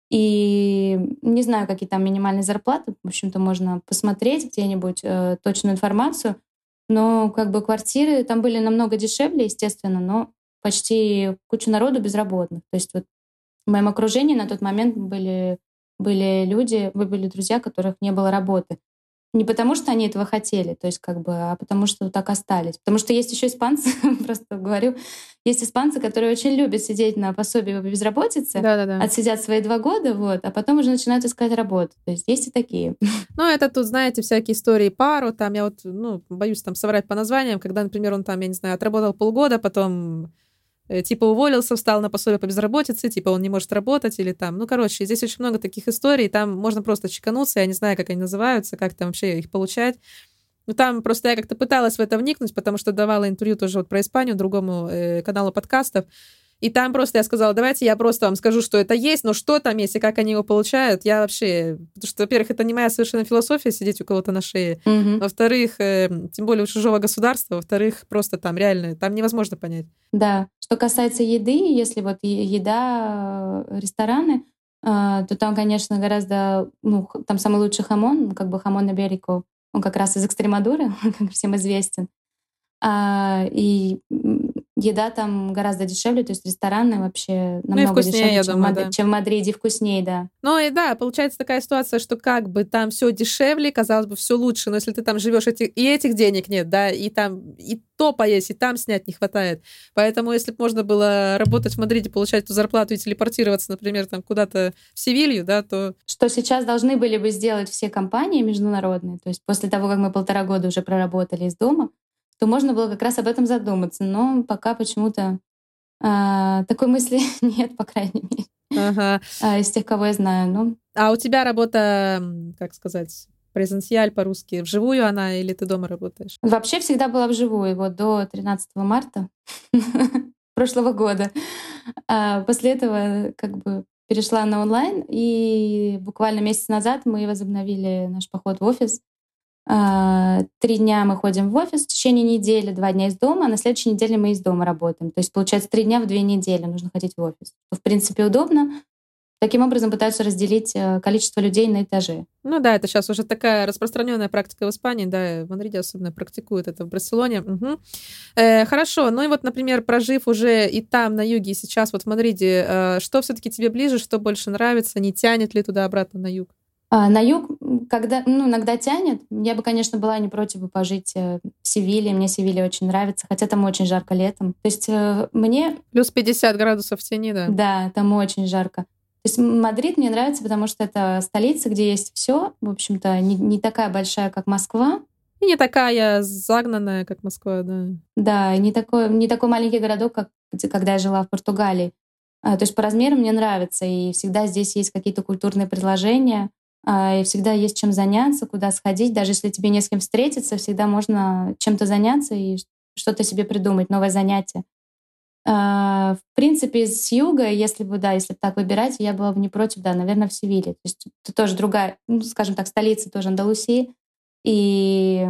И не знаю, какие там минимальные зарплаты. В общем-то, можно посмотреть где-нибудь э, точную информацию. Но как бы квартиры там были намного дешевле, естественно, но почти куча народу безработных. То есть вот в моем окружении на тот момент были, были люди, были друзья, у которых не было работы. Не потому, что они этого хотели, то есть как бы, а потому что вот так остались. Потому что есть еще испанцы, просто говорю, есть испанцы, которые очень любят сидеть на пособии по безработице, Да-да-да. отсидят свои два года, вот, а потом уже начинают искать работу. То есть есть и такие. Ну, это тут, знаете, всякие истории пару, там я вот, ну, боюсь там соврать по названиям, когда, например, он там, я не знаю, отработал полгода, потом э, типа уволился, встал на пособие по безработице, типа он не может работать или там, ну, короче, здесь очень много таких историй, там можно просто чекануться, я не знаю, как они называются, как там вообще их получать. Ну, там просто я как-то пыталась в это вникнуть, потому что давала интервью тоже вот про Испанию другому э, каналу подкастов. И там просто я сказала, давайте я просто вам скажу, что это есть, но что там есть и как они его получают, я вообще... Потому что, во-первых, это не моя совершенно философия сидеть у кого-то на шее. Мгм. Во-вторых, э, тем более у чужого государства. Во-вторых, просто там реально, там невозможно понять. Да. Что касается еды, если вот е- еда, э, рестораны, а, то там, конечно, гораздо, ну, х- там самый лучший хамон, ну, как бы хамон Иберико, он как раз из Экстремадуры, как всем известен. А, и м, еда там гораздо дешевле, то есть рестораны вообще Ну и намного вкуснее, дешевле, я чем в, думаю, Мад- да. чем в Мадриде, вкуснее, да. Ну и да, получается такая ситуация, что как бы там все дешевле, казалось бы, все лучше, но если ты там живешь, эти, и этих денег нет, да, и там и то поесть, и там снять не хватает. Поэтому если бы можно было работать в Мадриде, получать эту зарплату и телепортироваться, например, там куда-то в Севилью, да, то... Что сейчас должны были бы сделать все компании международные, то есть после того, как мы полтора года уже проработали из дома, то можно было как раз об этом задуматься. Но пока почему-то а, такой мысли нет, по крайней мере, Ага. а, из тех, кого я знаю. Ну, А у тебя работа, м, как сказать, презенциаль по-русски, вживую она или ты дома работаешь? вообще всегда была вживую, вот до тринадцатого марта прошлого года. А после этого как бы перешла на онлайн, и буквально месяц назад мы возобновили наш поход в офис. А, Три дня мы ходим в офис в течение недели, два дня из дома, а на следующей неделе мы из дома работаем. То есть, получается, три дня в две недели нужно ходить в офис. В принципе, удобно. Таким образом пытаются разделить э, количество людей на этажи. Ну да, это сейчас уже такая распространенная практика в Испании, да, и в Мадриде особенно практикуют это, в Барселоне. Мгм. Э, хорошо, ну и вот, например, прожив уже и там, на юге, и сейчас вот в Мадриде, э, что все-таки тебе ближе, что больше нравится, не тянет ли туда-обратно на юг? А на юг, м, когда, ну, иногда тянет. Я бы, конечно, была не против бы пожить э, в Севиле. Мне Севилья очень нравится, хотя там очень жарко летом. То есть э, мне, Плюс пятьдесят градусов в тени, да. да, там очень жарко. То есть Мадрид мне нравится, потому что это столица, где есть все. В общем-то, не, не такая большая, как Москва. И не такая загнанная, как Москва, да. Да, и не такой, не такой маленький городок, как где- когда я жила в Португалии. А, то есть по размеру мне нравится, и всегда здесь есть какие-то культурные предложения, а, и всегда есть чем заняться, куда сходить. Даже если тебе не с кем встретиться, всегда можно чем-то заняться и ш- что-то себе придумать, новое занятие. А, В принципе, с юга, если бы, да, если бы так выбирать, я была бы не против, да, наверное, в Севиле. То есть это тоже другая, ну, скажем так, столица тоже Андалусии. И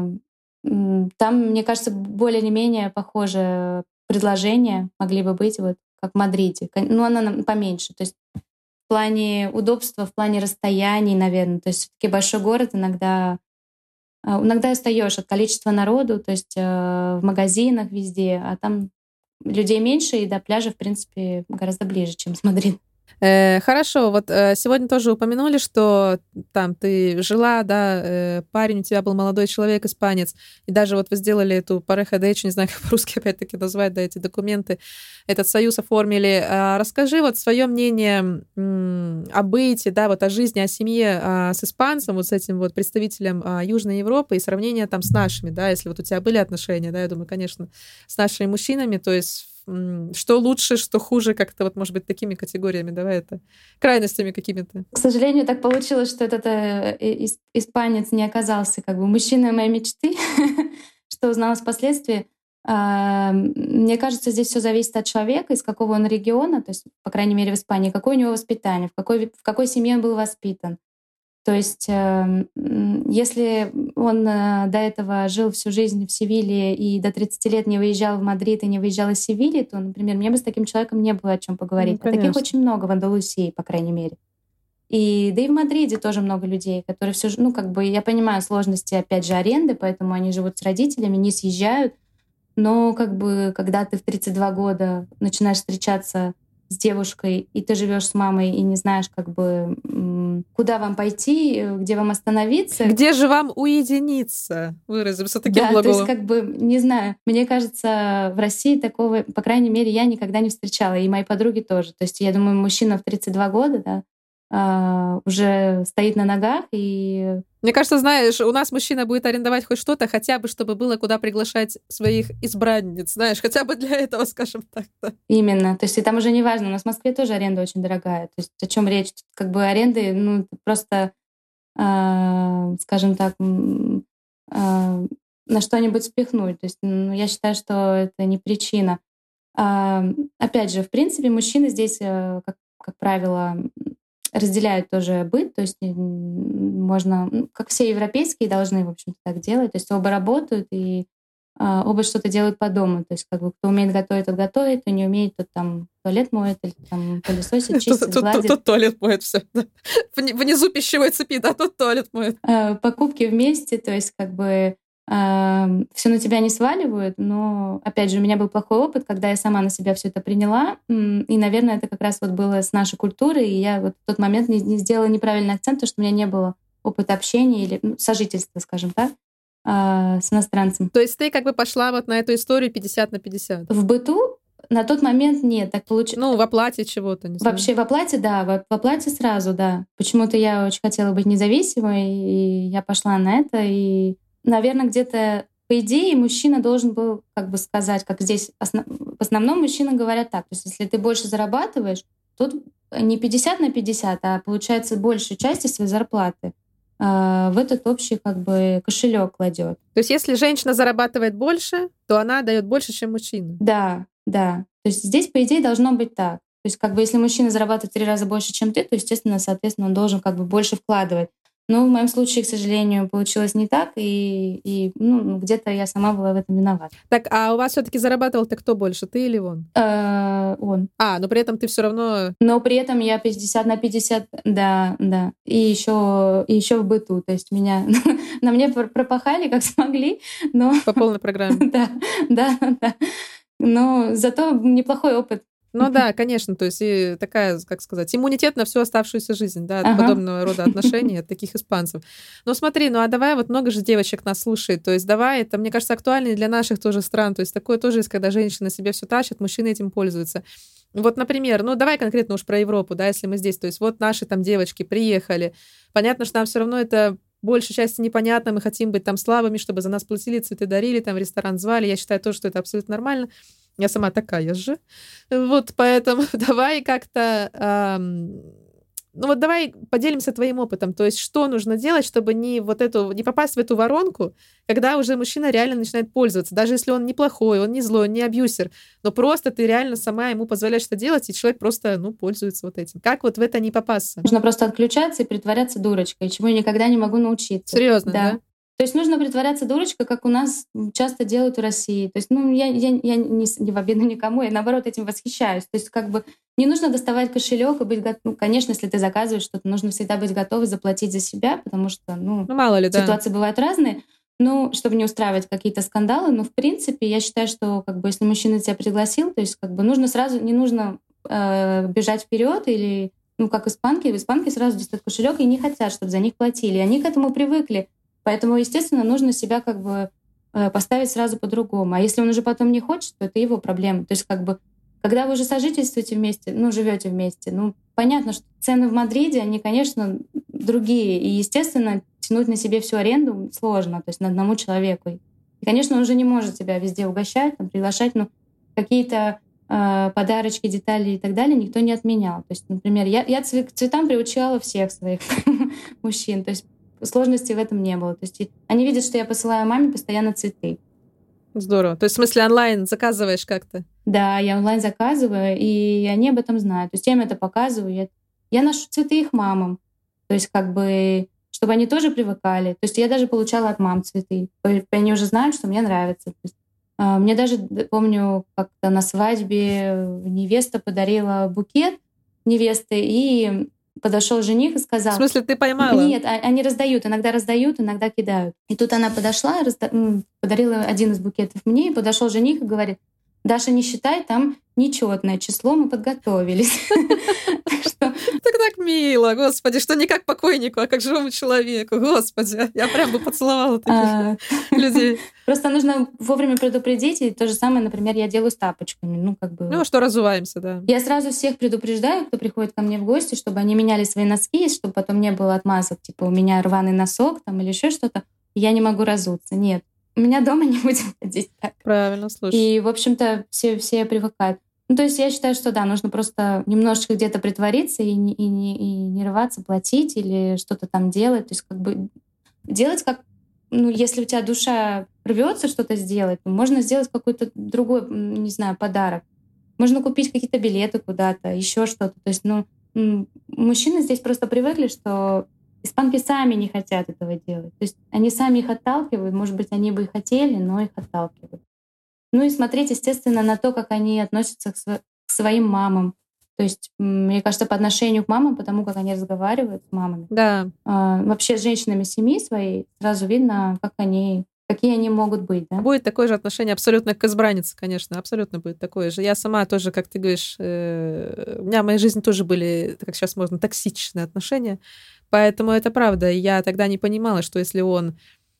м, там, мне кажется, более или менее похожие предложения могли бы быть, вот как в Мадриде. Кон- Ну, она нам поменьше. То есть в плане удобства, в плане расстояний, наверное. То есть все-таки большой город иногда а, иногда устаешь от количества народу, то есть э, в магазинах везде, а там людей меньше, и до пляжа, в принципе, гораздо ближе, чем с Мадридом. Э, хорошо, вот э, сегодня тоже упомянули, что там ты жила, да, э, парень у тебя был молодой человек, испанец, и даже вот вы сделали эту пареха де hecho, не знаю, как по-русски опять-таки назвать, да, эти документы, этот союз оформили. А расскажи вот свое мнение м, о быте, да, вот о жизни, о семье а, с испанцем, вот с этим вот представителем а, Южной Европы и сравнение там с нашими, да, если вот у тебя были отношения, да, я думаю, конечно, с нашими мужчинами, то есть м, что лучше, что хуже, как-то вот, может быть, такими категориями, давай это, крайностями какими-то. К сожалению, так получилось, что этот э, и- ис- испанец не оказался как бы мужчиной моей мечты, что узнала впоследствии. А, Мне кажется, здесь все зависит от человека, из какого он региона, то есть, по крайней мере, в Испании, какое у него воспитание, в какой, в какой семье он был воспитан. То есть, эм, м, если он э, до этого жил всю жизнь в Севилье и до тридцати лет не выезжал в Мадрид и не выезжал из Севильи, то, например, мне бы с таким человеком не было о чем Ну, поговорить. А таких конечно. очень много в Андалусии, по крайней мере. И да и в Мадриде тоже много людей, которые все, ну как бы я понимаю сложности, опять же, аренды, поэтому они живут с родителями, не съезжают. Но как бы когда ты в тридцать два года начинаешь встречаться с девушкой, и ты живешь с мамой и не знаешь, как бы м, куда вам пойти, э, где вам остановиться. Где же вам уединиться? Выразимся таким Да, то есть глаголом. как бы, не знаю, мне кажется, в России такого, по крайней мере, я никогда не встречала, и мои подруги тоже. То есть я думаю, мужчина в тридцать два года, да, а, уже стоит на ногах и Мне кажется, знаешь, у нас мужчина будет арендовать хоть что-то, хотя бы, чтобы было куда приглашать своих избранниц, знаешь, хотя бы для этого, скажем так. Да. именно. То есть и там уже не важно. У нас в Москве тоже аренда очень дорогая. То есть о чем речь? Тут как бы аренды, ну, просто, а, скажем так, м, а, на что-нибудь спихнуть. То есть ну, я считаю, что это не причина. А, Опять же, в принципе, мужчины здесь, э, как, как правило, м, разделяют тоже быт, то есть м, можно, ну, как все европейские, должны, в общем-то, так делать. То есть оба работают и а, оба что-то делают по дому. То есть как бы кто умеет готовить, тот готовит, кто не умеет, тот там туалет моет или там пылесосит, Тут, чистит, тут- тут- гладит. тут туалет моет все. Внизу пищевой цепи, да, тут туалет моет. Э, Покупки вместе, то есть как бы все на тебя не сваливают, но, опять же, у меня был плохой опыт, когда я сама на себя все это приняла, и, наверное, это как раз вот было с нашей культурой, и я вот в тот момент не, не сделала неправильный акцент, потому что у меня не было опыта общения или ну, сожительства, скажем так, с иностранцем. То есть ты как бы пошла вот на эту историю пятьдесят на пятьдесят? В быту на тот момент нет, так получилось. Ну, в оплате чего-то, не знаю. Вообще в оплате, да, в, в оплате сразу, да. Почему-то я очень хотела быть независимой, и я пошла на это, и, наверное, где-то, по идее, мужчина должен был как бы сказать, как здесь основ... в основном мужчины говорят так, то есть если ты больше зарабатываешь, тут не пятьдесят на пятьдесят, а получается большую часть своей зарплаты в этот общий как бы кошелек кладет. То есть если женщина зарабатывает больше, то она дает больше, чем мужчина. Да, да. То есть здесь, по идее, должно быть так. То есть как бы если мужчина зарабатывает в три раза больше, чем ты, то, естественно, соответственно, он должен как бы больше вкладывать. Но в моем случае, к сожалению, получилось не так, и, и ну, где-то я сама была в этом виновата. Так, а у вас все-таки зарабатывал-то кто больше, ты или он? Э, он. А, но при этом ты все равно. Но при этом я пятьдесят на пятьдесят, да, да. И еще, и еще в быту. То есть меня на мне пропахали как смогли, но. По полной программе. Да, да, да. Но зато неплохой опыт. Ну да, конечно, то есть и такая, как сказать, иммунитет на всю оставшуюся жизнь, да, от ага. подобного рода отношений, от таких испанцев. Ну смотри, ну а давай, вот много же девочек нас слушает, то есть давай, это, мне кажется, актуально и для наших тоже стран, то есть такое тоже есть, когда женщина себе все тащит, мужчины этим пользуются. Вот, например, ну давай конкретно уж про Европу, да, если мы здесь, то есть вот наши там девочки приехали, понятно, что нам все равно это большей части непонятно, мы хотим быть там слабыми, чтобы за нас платили, цветы дарили, там в ресторан звали, я считаю тоже, что это абсолютно нормально. Я сама такая же. Вот поэтому давай как-то... Эм, ну вот давай поделимся твоим опытом. То есть что нужно делать, чтобы не, вот эту, не попасть в эту воронку, когда уже мужчина реально начинает пользоваться. Даже если он неплохой, он не злой, он не абьюсер, но просто ты реально сама ему позволяешь это делать, и человек просто ну, пользуется вот этим. Как вот в это не попасться? Нужно просто отключаться и притворяться дурочкой, чему я никогда не могу научиться. Серьезно, да? Да. То есть нужно притворяться дурочкой, как у нас часто делают в России. То есть, ну, я, я, я не, не в обиду никому, я, наоборот, этим восхищаюсь. То есть, как бы не нужно доставать кошелек и быть готовым. Ну, конечно, если ты заказываешь что-то, нужно всегда быть готовой заплатить за себя, потому что, ну, ну мало ли, да. Ситуации бывают разные. Ну, чтобы не устраивать какие-то скандалы. Но, в принципе, я считаю, что, как бы, если мужчина тебя пригласил, то есть, как бы, нужно сразу, не нужно э, бежать вперед или, ну, как испанки, в испанке сразу достают кошелек и не хотят, чтобы за них платили. И они к этому привыкли. Поэтому, естественно, нужно себя как бы поставить сразу по-другому. А если он уже потом не хочет, то это его проблема. То есть как бы, когда вы уже сожительствуете вместе, ну, живете вместе, ну, понятно, что цены в Мадриде, они, конечно, другие. И, естественно, тянуть на себе всю аренду сложно, то есть на одному человеку. И, конечно, он уже не может тебя везде угощать, там, приглашать, но какие-то э, подарочки, детали и так далее никто не отменял. То есть, например, я, я к цветам приучала всех своих мужчин. То есть сложностей в этом не было. То есть они видят, что я посылаю маме постоянно цветы. Здорово. То есть в смысле онлайн заказываешь как-то? Да, я онлайн заказываю, и они об этом знают. То есть я им это показываю. Я, я ношу цветы их мамам. То есть как бы, чтобы они тоже привыкали. То есть я даже получала от мам цветы. Они уже знают, что мне нравится. То есть, э, мне даже, помню, как-то на свадьбе невеста подарила букет невесты, и подошел жених и сказал... В смысле, ты поймала? Нет, они раздают. Иногда раздают, иногда кидают. И тут она подошла, разда... подарила один из букетов мне, и подошел жених и говорит: Даша, не считай, там нечетное число, мы подготовились. Так так мило, господи, что не как покойнику, а как живому человеку, господи. Я прям бы поцеловала таких людей. Просто нужно вовремя предупредить, и то же самое, например, я делаю с тапочками. Ну, как бы... Ну, что разуваемся, да. Я сразу всех предупреждаю, кто приходит ко мне в гости, чтобы они меняли свои носки, чтобы потом не было отмазок, типа у меня рваный носок там или еще что-то, я не могу разуться. Нет. У меня дома не будем ходить так. Правильно, слушай. И, в общем-то, все, все привыкают. Ну, то есть я считаю, что да, нужно просто немножечко где-то притвориться и не, и не, и не рваться, платить или что-то там делать. То есть как бы делать как... Ну, если у тебя душа рвется что-то сделать, то можно сделать какой-то другой, не знаю, подарок. Можно купить какие-то билеты куда-то, еще что-то. То есть, ну, мужчины здесь просто привыкли, что испанки сами не хотят этого делать. То есть они сами их отталкивают. Может быть, они бы и хотели, но их отталкивают. Ну и смотреть, естественно, на то, как они относятся к, сво- к своим мамам. То есть, мне кажется, по отношению к мамам, потому как они разговаривают с мамами. Да. А, вообще с женщинами семьи своей сразу видно, как они какие они могут быть, да? Будет такое же отношение абсолютно к избраннице, конечно, абсолютно будет такое же. Я сама тоже, как ты говоришь, э, у меня в моей жизни тоже были, как сейчас можно, токсичные отношения, поэтому это правда. Я тогда не понимала, что если он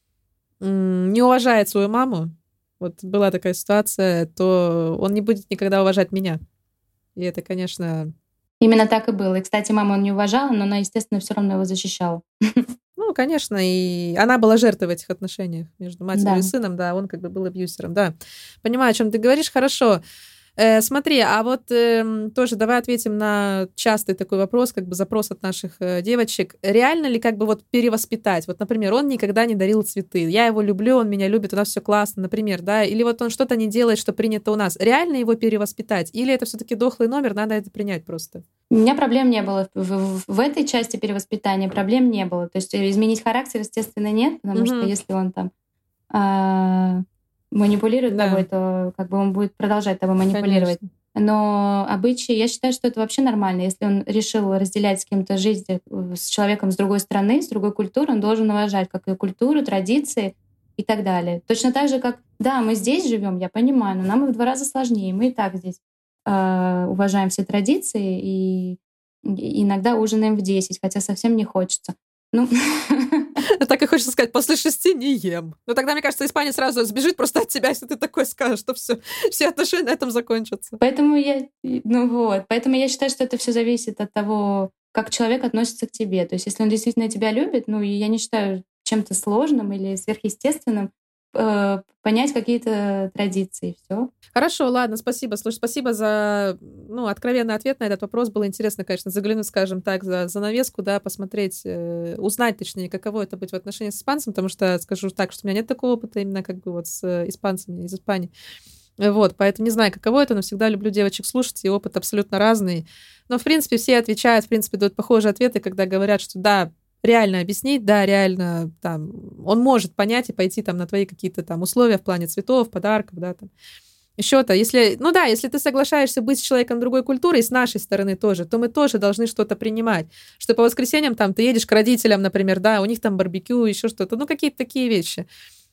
м, не уважает свою маму, вот была такая ситуация, то он не будет никогда уважать меня. И это, конечно... Именно так и было. И, кстати, маму он не уважала, но она, естественно, все равно его защищала. Ну, конечно, и она была жертвой в этих отношениях между матерью Да. и сыном, да, он как бы был абьюзером, да. Понимаю, о чем ты говоришь, хорошо. Э, смотри, а вот э, тоже давай ответим на частый такой вопрос, как бы запрос от наших э, девочек. Реально ли как бы вот перевоспитать? Вот, например, он никогда не дарил цветы. Я его люблю, он меня любит, у нас все классно, например, да? Или вот он что-то не делает, что принято у нас. Реально его перевоспитать? Или это все-таки дохлый номер, надо это принять просто? У меня проблем не было в, в, в этой части перевоспитания, проблем не было. То есть изменить характер, естественно, нет, потому Мгм. что если он там а, манипулирует Да. тобой, то как бы он будет продолжать тобой манипулировать. Конечно. Но обычаи, я считаю, что это вообще нормально. Если он решил разделять с кем-то жизнь, э, с человеком с другой страны, с другой культуры, он должен уважать как и культуру, традиции и так далее. Точно так же, как, да, мы здесь живем, я понимаю, но нам в два раза сложнее. Мы и так здесь э, уважаем все традиции и, и иногда ужинаем в десять, хотя совсем не хочется. Ну, Так и хочется сказать, после шести не ем. Но тогда, мне кажется, Испания сразу сбежит просто от тебя, если ты такое скажешь, что все, все отношения на этом закончатся. поэтому я, ну вот, поэтому я считаю, что это все зависит от того, как человек относится к тебе. То есть, если он действительно тебя любит, ну, и я не считаю чем-то сложным или сверхъестественным э, понять какие-то традиции, все. Хорошо, ладно, спасибо. Слушай, спасибо за ну, откровенный ответ на этот вопрос. Было интересно, конечно, заглянуть, скажем так, за занавеску, да, посмотреть, э, узнать, точнее, каково это быть в отношениях с испанцем, потому что скажу так, что у меня нет такого опыта именно как бы вот с э, испанцами из Испании. Вот, поэтому не знаю, каково это, но всегда люблю девочек слушать, и опыт абсолютно разный. Но, в принципе, все отвечают, в принципе, дают похожие ответы, когда говорят, что да, реально объяснить, да, реально там, он может понять и пойти там на твои какие-то там условия в плане цветов, подарков, да, там. Еще-то, если, ну да, если ты соглашаешься быть с человеком другой культуры, и с нашей стороны тоже, то мы тоже должны что-то принимать. Что по воскресеньям там ты едешь к родителям, например, да, у них там барбекю, еще что-то, ну какие-то такие вещи.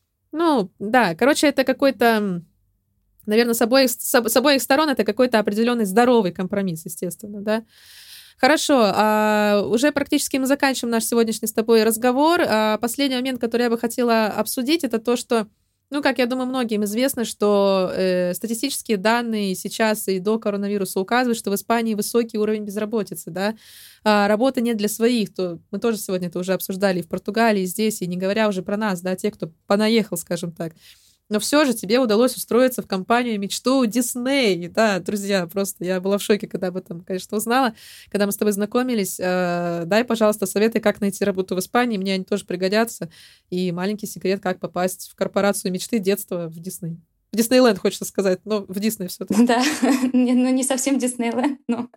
Ну, да, короче, это какой-то, наверное, с обоих, с обоих сторон это какой-то определенный здоровый компромисс, естественно, да. Хорошо, а уже практически мы заканчиваем наш сегодняшний с тобой разговор. А последний момент, который я бы хотела обсудить, это то, что, ну, как я думаю, многим известно, что э, статистические данные сейчас и до коронавируса указывают, что в Испании высокий уровень безработицы, да. А работы нет для своих, то мы тоже сегодня это уже обсуждали и в Португалии, и здесь, и не говоря уже про нас, да, те, кто понаехал, скажем так. Но все же тебе удалось устроиться в компанию мечту Дисней. Да, друзья, просто я была в шоке, когда об этом, конечно, узнала. Когда мы с тобой знакомились, э, дай, пожалуйста, советы, как найти работу в Испании. Мне они тоже пригодятся. И маленький секрет, как попасть в корпорацию мечты детства в Дисней. В Диснейленд, хочется сказать, но в Дисней все-таки. Да, ну не совсем Диснейленд, но...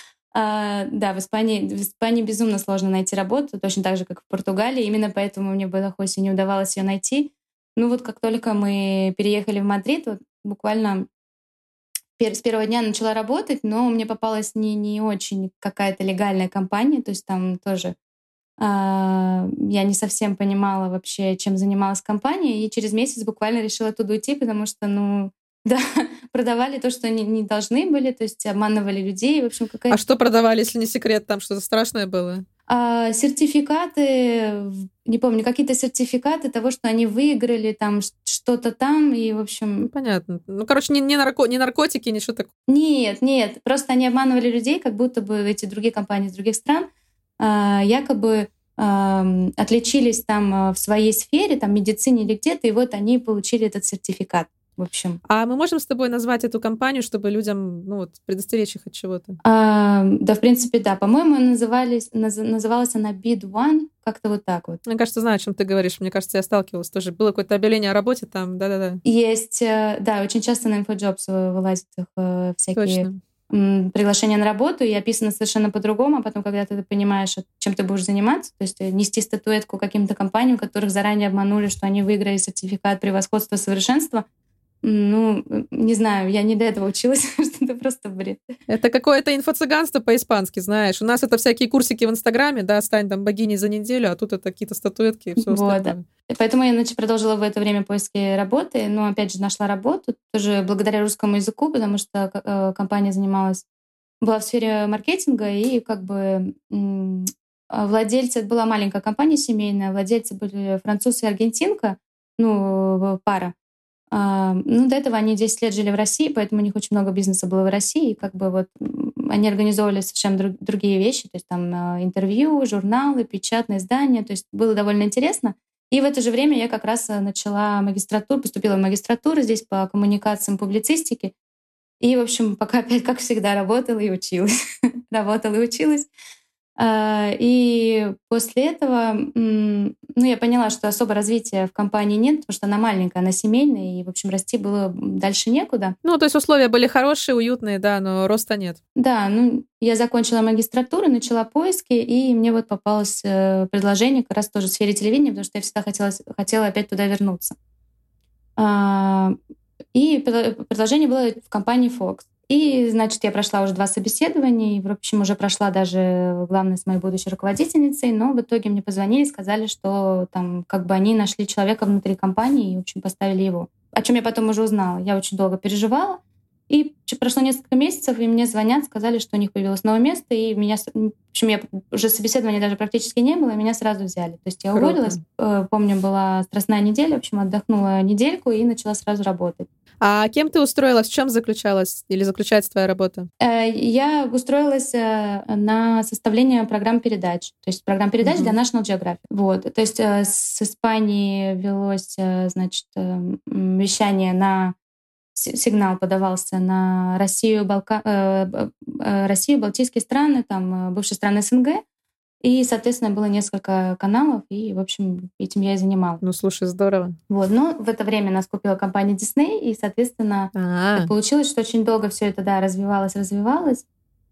А, да, в Испании, в Испании безумно сложно найти работу, точно так же, как в Португалии. Именно поэтому мне было хоть и не удавалось ее найти. Ну вот как только мы переехали в Мадрид, вот буквально пер- с первого дня начала работать, но мне попалась не, не очень какая-то легальная компания, то есть там тоже а, я не совсем понимала вообще, чем занималась компания, и через месяц буквально решила оттуда уйти, потому что, ну, да, продавали то, что они не должны были, то есть обманывали людей, в общем, А какая-то... что продавали, если не секрет? Там что-то страшное было? А, сертификаты, в- не помню, какие-то сертификаты того, что они выиграли, там ш- что-то там, и, в Ну, общем... понятно. Ну, короче, не, не, нарко- не наркотики, ничего такого. Нет, нет, просто они обманывали людей, как будто бы эти другие компании из других стран а, якобы ам, отличились там а, в своей сфере, там, медицине или где-то, и вот они получили этот сертификат. В общем, А мы можем с тобой назвать эту компанию, чтобы людям, ну, вот, предостеречь их от чего-то? а, да, в принципе, да. По-моему, назывались, наз- называлась она Bid One, как-то вот так вот. Мне кажется, знаю, о чем ты говоришь. Мне кажется, я сталкивалась тоже. Было какое-то объявление о работе там, да-да-да. Есть, э, да, очень часто на InfoJobs вы- вылазят их э, всякие Точно. м, приглашения на работу, и описано совершенно по-другому, а потом, когда ты понимаешь, чем ты будешь заниматься, то есть э, нести статуэтку каким-то компаниям, которых заранее обманули, что они выиграли сертификат превосходства совершенства, ну, не знаю, я не до этого училась, что это просто бред. Это какое-то инфо-цыганство по-испански, знаешь. У нас это всякие курсики в Инстаграме, да, стань там богиней за неделю, а тут это какие-то статуэтки и все Вот. остальное. Поэтому я значит, продолжила в это время поиски работы, но опять же нашла работу тоже благодаря русскому языку, потому что э, компания занималась, была в сфере маркетинга, и как бы м, владельцы, это была маленькая компания семейная, владельцы были француз и аргентинка, ну, пара. А, ну, до этого они десять лет жили в России, поэтому у них очень много бизнеса было в России, и как бы вот м, они организовывали совершенно друг- другие вещи, то есть там а, интервью, журналы, печатные издания, то есть было довольно интересно. И в это же время я как раз а, начала магистратуру, поступила в магистратуру здесь по коммуникациям, публицистике. И, в общем, пока опять, как всегда, работала и училась. Работала и училась. А, И после этого, м, ну, я поняла, что особо развития в компании нет, потому что она маленькая, она семейная, и, в общем, расти было дальше некуда. Ну, то есть условия были хорошие, уютные, да, но роста нет. Да, ну, я закончила магистратуру, начала поиски, и мне вот попалось э, предложение как раз тоже в сфере телевидения, потому что я всегда хотела, хотела опять туда вернуться. А, И пред- предложение было в компании Fox. И, значит, я прошла уже два собеседования, и, в общем, уже прошла даже главное с моей будущей руководительницей, но в итоге мне позвонили, сказали, что там как бы они нашли человека внутри компании и, в общем, поставили его. О чем я потом уже узнала. Я очень долго переживала. И ч- прошло несколько месяцев, и мне звонят, сказали, что у них появилось новое место, и меня, с- м, в общем, я уже собеседования даже практически не было, и меня сразу взяли. То есть я Круто. уволилась, э, помню, была страстная неделя, в общем, отдохнула недельку и начала сразу работать. А кем ты устроилась? В чем заключалась или заключается твоя работа? Э, Я устроилась э, на составление программ передач, то есть программ передач для Мгм. National Geographic. Вот. То есть э, с Испании велось, э, значит, э, м, вещание на с- сигнал подавался на Россию, Балка... э, б- э, Россию, Балтийские страны, там э, бывшие страны СНГ, и, соответственно, было несколько каналов, и, в общем, этим я и занималась. Ну, слушай, здорово. Вот. Но в это время нас купила компания Disney, и, соответственно, А, так получилось, что очень долго все это, да, развивалось, развивалось.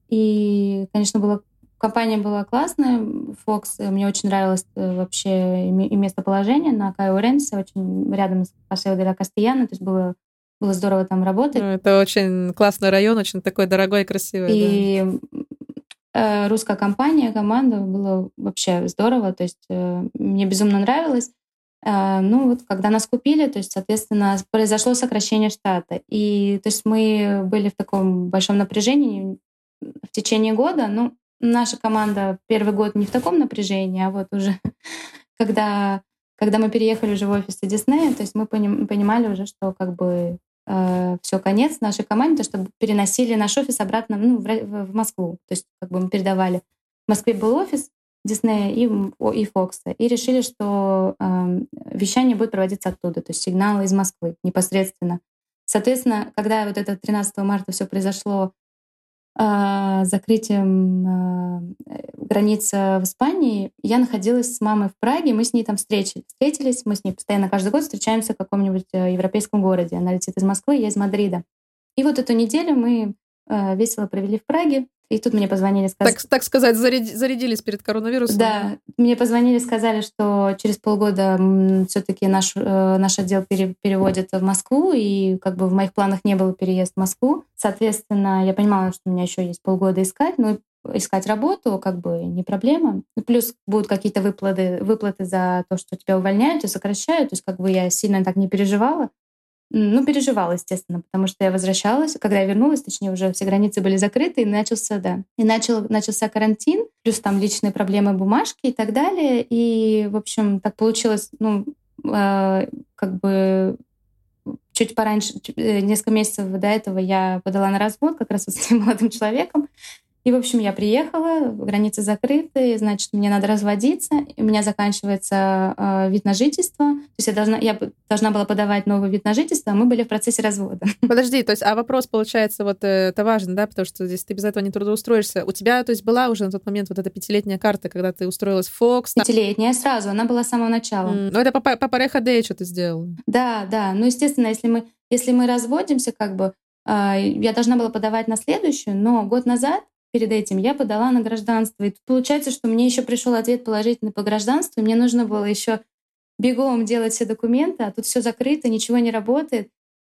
И, конечно, было, компания была классная, Fox, э, мне очень нравилось э, вообще и ме- и местоположение на Кайо Ренсе, очень рядом с Пасео де ла Кастельяно, то есть было, было здорово там ну, работать. это очень классный район, очень такой дорогой и красивый, да. И э, русская компания, команда, было вообще здорово, то есть э, мне безумно нравилось. А, Ну вот, когда нас купили, то есть, соответственно, произошло сокращение штата. И то есть мы были в таком большом напряжении в течение года. Ну, наша команда первый год не в таком напряжении, а вот уже когда, когда мы переехали уже в офисы Диснея, то есть мы поним- понимали уже, что как бы все, конец нашей команде, то, что переносили наш офис обратно, ну, в, Ро- в в Москву. То есть как бы мы передавали. В Москве был офис Диснея и, м, о- и Фокса. И решили, что эм, вещание будет проводиться оттуда, то есть сигналы из Москвы непосредственно. Соответственно, когда вот это тринадцатого марта все произошло, а, закрытием а, э, границ а, в Испании, я находилась с мамой в Праге, мы с ней там встретились. Встретились, мы с ней постоянно каждый год встречаемся в каком-нибудь э, европейском городе. Она летит из Москвы, я из Мадрида. И вот эту неделю мы э, весело провели в Праге. И тут мне позвонили, сказали, Так, так сказать, заряди- зарядились перед коронавирусом. да, мне позвонили, сказали, что через полгода все-таки наш, э, наш отдел пере- переводит в Москву, и как бы в моих планах не был переезд в Москву. Соответственно, я понимала, что у меня еще есть полгода искать, но искать работу как бы не проблема. И плюс будут какие-то выплаты, выплаты за то, что тебя увольняют и сокращают. То есть как бы я сильно так не переживала. М, Ну, переживала, естественно, потому что я возвращалась. Когда я вернулась, точнее, уже все границы были закрыты, и начался, да, и начал, начался карантин, плюс там личные проблемы, бумажки и так далее. И, в общем, так получилось, ну, э, как бы чуть пораньше, чуть- э, несколько месяцев до этого я подала на развод как раз вот с этим молодым человеком. И, в общем, я приехала, границы закрыты, значит, мне надо разводиться, и у меня заканчивается э, вид на жительство. То есть я должна, я б- должна была подавать новый вид на жительство, а мы были в процессе развода. Подожди, то есть, а вопрос, получается, вот э, это важно, да, потому что здесь ты без этого не трудоустроишься. У тебя, то есть, была уже на тот момент вот эта пятилетняя карта, когда ты устроилась в Fox. там- Пятилетняя сразу, она была с самого начала. М, Ну, это по, по Пареха Дэй что ты сделала. Да, да. Ну, естественно, если мы, если мы разводимся, как бы, а, я должна была подавать на следующую, но год назад перед этим я подала на гражданство. И тут получается, что мне еще пришел ответ положительный по гражданству, и мне нужно было еще бегом делать все документы, а тут все закрыто, ничего не работает.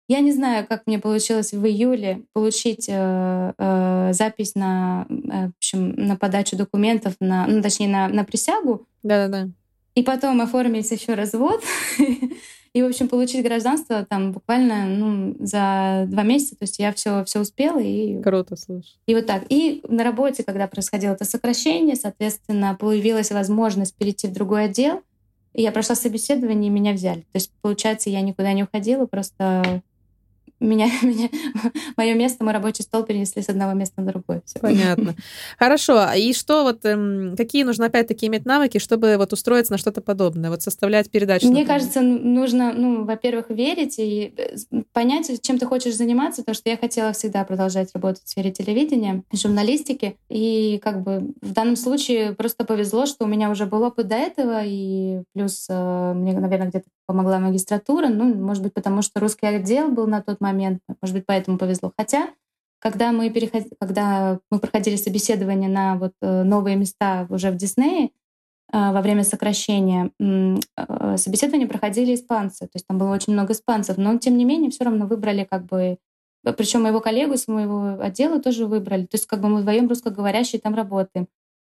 Я не знаю, как мне получилось в июле получить э, э, запись на, э, в общем, на подачу документов, на, ну, точнее, на, на присягу. Да-да-да. И потом оформить еще развод. И, в общем, получить гражданство там буквально ну, за два месяца. То есть я все, все успела. И... Круто, слушай. И вот так. И на работе, когда происходило это сокращение, соответственно, появилась возможность перейти в другой отдел. И я прошла собеседование, и меня взяли. То есть, получается, я никуда не уходила, просто меня, меня, мое место, мой рабочий стол перенесли с одного места на другое. Всё. Понятно. Хорошо. И что вот, эм, какие нужно опять-таки иметь навыки, чтобы вот устроиться на что-то подобное, вот составлять передачи? Мне например? кажется, нужно, ну, во-первых, верить и понять, чем ты хочешь заниматься, потому что я хотела всегда продолжать работать в сфере телевидения, журналистики, и как бы в данном случае просто повезло, что у меня уже был опыт до этого, и плюс э, мне, наверное, где-то помогла магистратура, ну, может быть, потому что русский отдел был на тот момент, может быть, поэтому повезло. Хотя, когда мы, переход... когда мы проходили собеседование на вот э, новые места уже в Диснее, во время сокращения собеседования проходили испанцы. То есть там было очень много испанцев. Но, тем не менее, все равно выбрали как бы... Причем моего коллегу с моего отдела тоже выбрали. То есть как бы мы вдвоем русскоговорящие там работаем.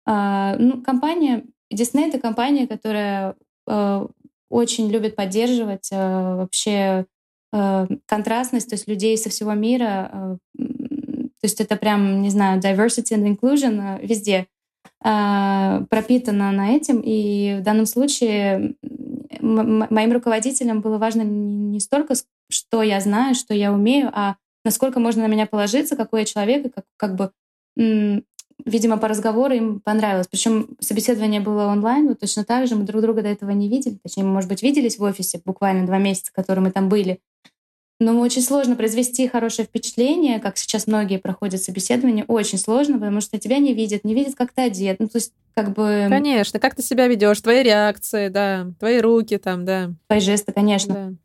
Ну, компания Disney — это компания, которая очень любит поддерживать вообще контрастность, то есть людей со всего мира. То есть это прям, не знаю, diversity and inclusion везде пропитана на этим. И в данном случае моим руководителям было важно не столько, что я знаю, что я умею, а насколько можно на меня положиться, какой я человек, и как, как бы, видимо, по разговору им понравилось. Причем собеседование было онлайн, вот точно так же мы друг друга до этого не видели. Точнее, мы, может быть, виделись в офисе буквально два месяца, которые мы там были. Но очень сложно произвести хорошее впечатление, как сейчас многие проходят собеседование. Очень сложно, потому что тебя не видят, не видят, как ты одет. Ну, то есть, как бы... Конечно, как ты себя ведешь, твои реакции, да, твои руки там, да. Твои жесты, конечно. Да.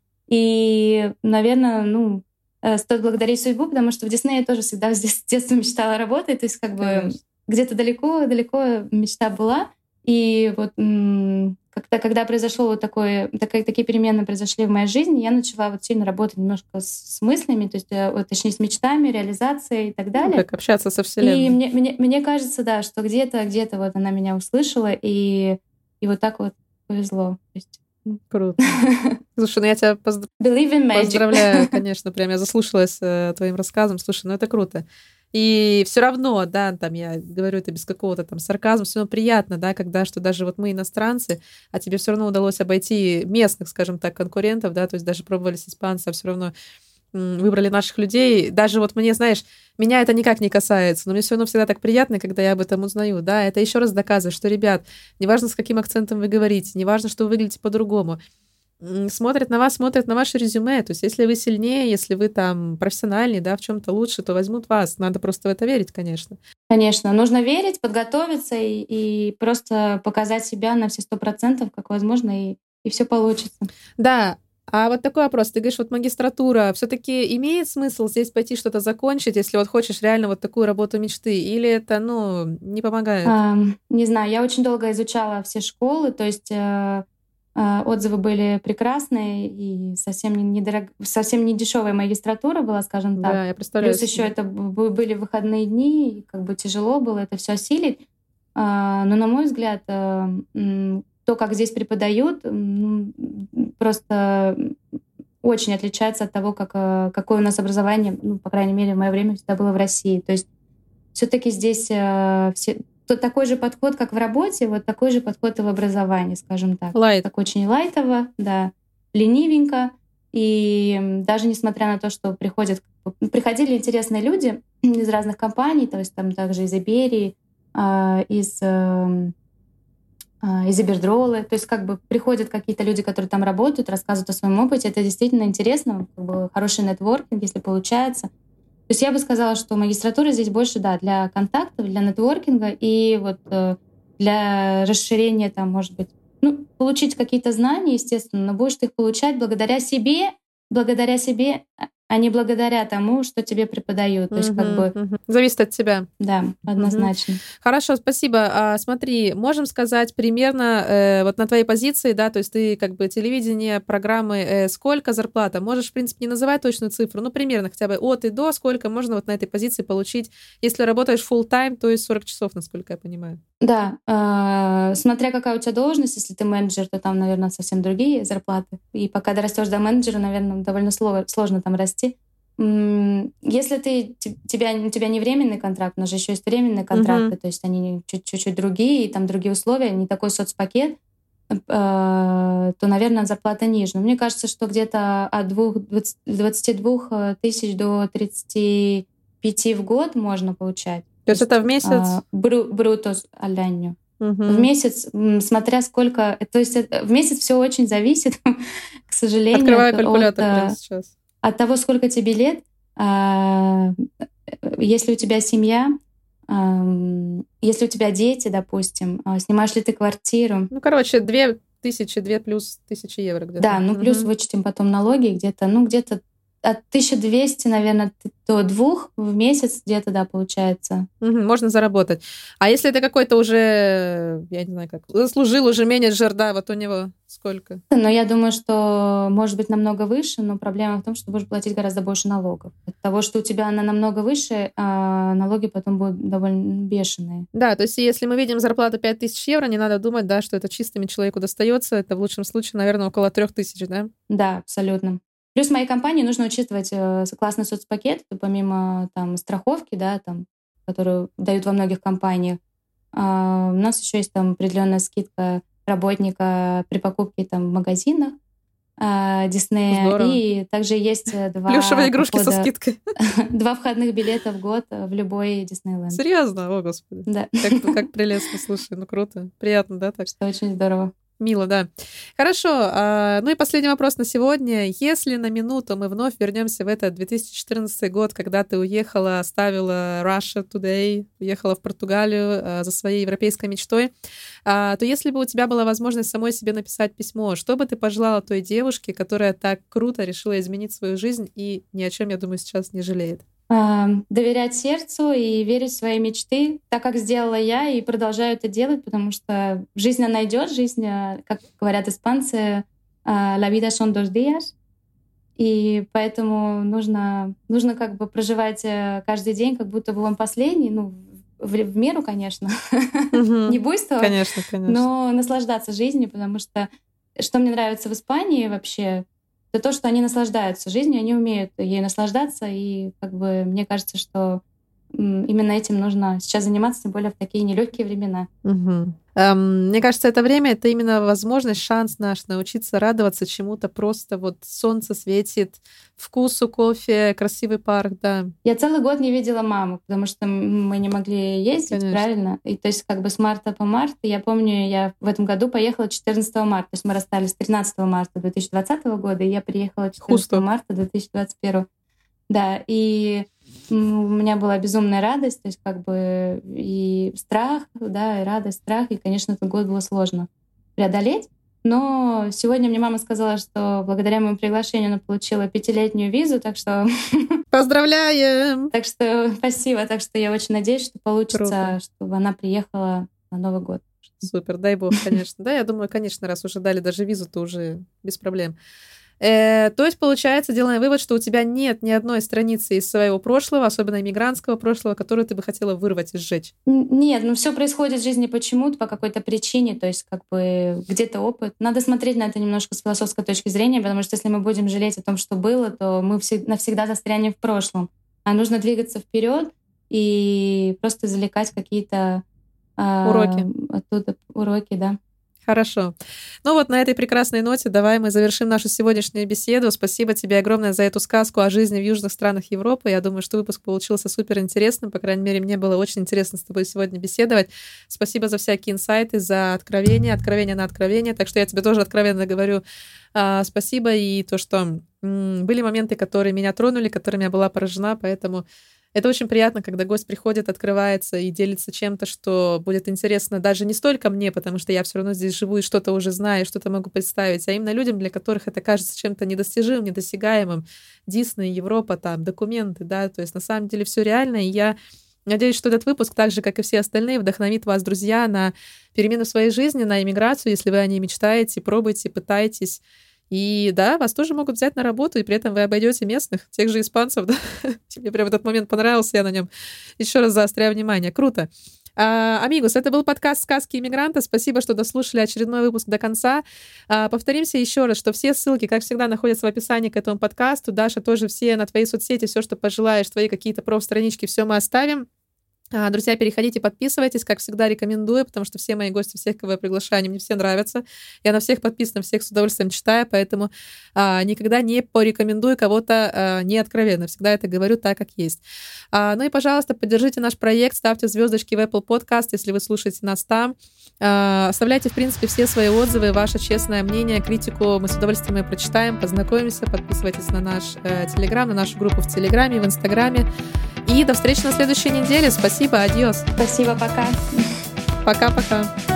И, наверное, ну, стоит благодарить судьбу, потому что в Диснее я тоже всегда с детства мечтала работать. То есть, как бы где-то далеко-далеко мечта была. И вот когда, когда произошло вот такое, такие, такие перемены произошли в моей жизни, я начала вот сильно работать немножко с, с мыслями, то есть, вот, точнее, с мечтами, реализацией и так далее. Ну, как общаться со Вселенной. И мне, мне, мне кажется, да, что где-то, где-то вот она меня услышала, и, и вот так вот повезло. То есть... Круто. Слушай, ну я тебя позд... поздравляю, конечно, прям я заслушалась э, твоим рассказом. Слушай, ну это круто. И все равно, да, там я говорю это без какого-то там сарказма, все равно приятно, да, когда что даже вот мы иностранцы, а тебе все равно удалось обойти местных, скажем так, конкурентов, да, то есть даже пробовали с испанцев, все равно выбрали наших людей. Даже вот мне, знаешь, меня это никак не касается, но мне все равно всегда так приятно, когда я об этом узнаю, да, это еще раз доказывает, что, ребят, неважно, с каким акцентом вы говорите, неважно, что вы выглядите по-другому, смотрят на вас, смотрят на ваше резюме. То есть если вы сильнее, если вы там профессиональнее, да, в чем-то лучше, то возьмут вас. Надо просто в это верить, конечно. Конечно. Нужно верить, подготовиться и, и просто показать себя на все сто процентов, как возможно, и, и все получится. Да. А вот такой вопрос. Ты говоришь, вот магистратура все-таки имеет смысл здесь пойти что-то закончить, если вот хочешь реально вот такую работу мечты? Или это, ну, не помогает? А, не знаю. Я очень долго изучала все школы, то есть... Отзывы были прекрасные, и совсем не, недорог... совсем не дешевая магистратура была, скажем так. Да, я представляю. Плюс еще это были выходные дни, и как бы тяжело было это все осилить. Но, на мой взгляд, то, как здесь преподают, просто очень отличается от того, как, какое у нас образование, ну, по крайней мере, в мое время всегда было в России. То есть все-таки здесь все... такой же подход, как в работе, вот такой же подход и в образовании, скажем так. Лайт. Так очень лайтово, да, ленивенько. И даже несмотря на то, что приходят, приходили интересные люди из разных компаний, то есть там также из Иберии, из, из Ибердролы, то есть как бы приходят какие-то люди, которые там работают, рассказывают о своем опыте. Это действительно интересно, как бы хороший нетворкинг, если получается. То есть я бы сказала, что магистратура здесь больше, да, для контактов, для нетворкинга и вот э, для расширения, там, может быть, ну, получить какие-то знания, естественно, но будешь ты их получать благодаря себе, благодаря себе а не благодаря тому, что тебе преподают. То есть как бы... Мгм. Зависит от тебя. Да, Мгм. однозначно. Хорошо, спасибо. А, смотри, можем сказать примерно э, вот на твоей позиции, да, то есть ты как бы телевидение, программы, э, сколько зарплата? Можешь, в принципе, не называть точную цифру, ну, примерно хотя бы от и до, сколько можно вот на этой позиции получить, если работаешь full-time, то есть сорок часов, насколько я понимаю. Да, э, смотря какая у тебя должность, если ты менеджер, то там, наверное, совсем другие зарплаты. И пока дорастешь до менеджера, наверное, довольно сло- сложно там расти. М, Если ты, те- тебя, у тебя не временный контракт, у нас же еще есть временные контракты, Мгм. то есть они не- чуть- чуть-чуть другие, и там другие условия, не такой соцпакет, э, то, наверное, зарплата ниже. Но мне кажется, что где-то от двух, двадцати двух тысяч до тридцати пяти в год можно получать. То То есть это в есть месяц? а, бру- брутос аль-анью. В Мгм. месяц, м, смотря сколько... э, То есть это- в месяц все очень зависит, к сожалению, Открываю от, от, калькулятор прямо э, сейчас. от того, сколько тебе лет. А, э, Если у тебя семья, ам, если у тебя дети, допустим, а, снимаешь ли ты квартиру, Ну, короче, две тысячи, две плюс тысячи евро где-то. да, ну плюс Мгм. вычтем потом налоги, где-то, ну где-то от тысячи двухсот, наверное, до двух в месяц где-то, да, получается. Мгм, можно заработать. А если это какой-то уже, я не знаю как, заслужил уже менеджер, да, вот у него сколько? Но я думаю, что может быть намного выше, но проблема в том, что будешь платить гораздо больше налогов. От того, что у тебя она намного выше, а налоги потом будут довольно бешеные. Да, то есть если мы видим зарплату пять тысяч евро, не надо думать, да, что это чистыми человеку достается. Это в лучшем случае, наверное, около трех тысяч, да? Да, абсолютно. Плюс в моей компании нужно учитывать э, с- классный соцпакет, помимо там страховки, да, там, которую дают во многих компаниях. А, у нас еще есть там определенная скидка работника при покупке там в магазинах а, Диснея. Здорово. И также есть э, Плюшевые два игрушки со похода, скидкой. два входных билета в год э, в любой Диснейленд. Серьезно? О, Господи. Да, Как, как прелестно, слушай, ну круто. Приятно, да, так? что очень здорово. Мило, да. Хорошо. а, Ну и последний вопрос на сегодня. Если на минуту мы вновь вернемся в этот две тысячи четырнадцатый год, когда ты уехала, оставила Russia Today, уехала в Португалию а, за своей европейской мечтой, а, то если бы у тебя была возможность самой себе написать письмо, что бы ты пожелала той девушке, которая так круто решила изменить свою жизнь и ни о чем, я думаю, сейчас не жалеет? А, Доверять сердцу и верить в свои мечты, так как сделала я, и продолжаю это делать, потому что жизнь она идет, жизнь, а, как говорят испанцы, а, la vida son dos días, и поэтому нужно, нужно как бы проживать э, каждый день, как будто бы он последний, ну, в, в меру, конечно, не Мгм. буйствовать, Конечно, конечно. но наслаждаться жизнью, потому что что мне нравится в Испании вообще, это то, что они наслаждаются жизнью, они умеют ей наслаждаться, и как бы мне кажется, что м, именно этим нужно сейчас заниматься, тем более в такие нелегкие времена. Мгм. Эм, Мне кажется, это время — это именно возможность, шанс наш научиться радоваться чему-то. Просто вот солнце светит, вкусу кофе, красивый парк, да, Я целый год не видела маму, потому что м, мы не могли ездить, конечно. правильно? И то есть как бы с марта по март, я помню, я в этом году поехала четырнадцатого марта, то есть мы расстались тринадцатого марта две тысячи двадцатого года, и я приехала четырнадцатого Хусто. марта две тысячи двадцать первого. Да, и м, у меня была безумная радость, то есть как бы и страх, да, и радость, страх, и, конечно, этот год было сложно преодолеть. Но сегодня мне мама сказала, что благодаря моему приглашению она получила пятилетнюю визу, так что, Поздравляем! так что спасибо, так что я очень надеюсь, что Круто. получится, чтобы она приехала на Новый год. Супер, дай бог, конечно. Да, я думаю, конечно, раз уже дали даже визу, то уже без проблем. Э, то есть, получается, делаем вывод, что у тебя нет ни одной страницы из своего прошлого, особенно иммигрантского прошлого, которую ты бы хотела вырвать и сжечь. Н- Нет, ну все происходит в жизни почему-то, по какой-то причине, то есть как бы где-то опыт. Надо смотреть на это немножко с философской точки зрения, потому что если мы будем жалеть о том, что было, то мы всег- навсегда застрянем в прошлом. А нужно двигаться вперед и просто извлекать какие-то а, Уроки. оттуда уроки, да. Хорошо. Ну вот на этой прекрасной ноте давай мы завершим нашу сегодняшнюю беседу. Спасибо тебе огромное за эту сказку о жизни в южных странах Европы. Я думаю, что выпуск получился супер интересным. По крайней мере, мне было очень интересно с тобой сегодня беседовать. Спасибо за всякие инсайты, за откровения, откровения на откровение. Так что я тебе тоже откровенно говорю а, спасибо. И то, что м, были моменты, которые меня тронули, которыми я была поражена. Поэтому Это очень приятно, когда гость приходит, открывается и делится чем-то, что будет интересно даже не столько мне, потому что я все равно здесь живу и что-то уже знаю, что-то могу представить, а именно людям, для которых это кажется чем-то недостижимым, недосягаемым. Дисней, Европа, там, документы, да, то есть на самом деле все реально, и я надеюсь, что этот выпуск, так же, как и все остальные, вдохновит вас, друзья, на перемену в своей жизни, на иммиграцию, если вы о ней мечтаете, пробуйте, пытаетесь. И да, вас тоже могут взять на работу, и при этом вы обойдете местных, тех же испанцев, да. Мне прям этот момент понравился, я на нем еще раз заостряю внимание. Круто. А, амигос, это был подкаст «Сказки иммигранта». Спасибо, что дослушали очередной выпуск до конца. А, повторимся еще раз, что все ссылки, как всегда, находятся в описании к этому подкасту. Даша, тоже все на твои соцсети, все, что пожелаешь, твои какие-то профстранички, все мы оставим. Друзья, переходите, подписывайтесь, как всегда рекомендую, потому что все мои гости, всех, кого я приглашаю, они мне все нравятся. Я на всех подписана, всех с удовольствием читаю, поэтому а, никогда не порекомендую кого-то а, не откровенно. Всегда это говорю так, как есть. А, ну и, пожалуйста, поддержите наш проект, ставьте звездочки в Apple Podcast, если вы слушаете нас там. А, оставляйте, в принципе, все свои отзывы, ваше честное мнение, критику. Мы с удовольствием ее прочитаем, познакомимся. Подписывайтесь на наш э, Телеграм, на нашу группу в Телеграме, в Инстаграме. И до встречи на следующей неделе. Спасибо, адьос. Спасибо, пока. Пока-пока.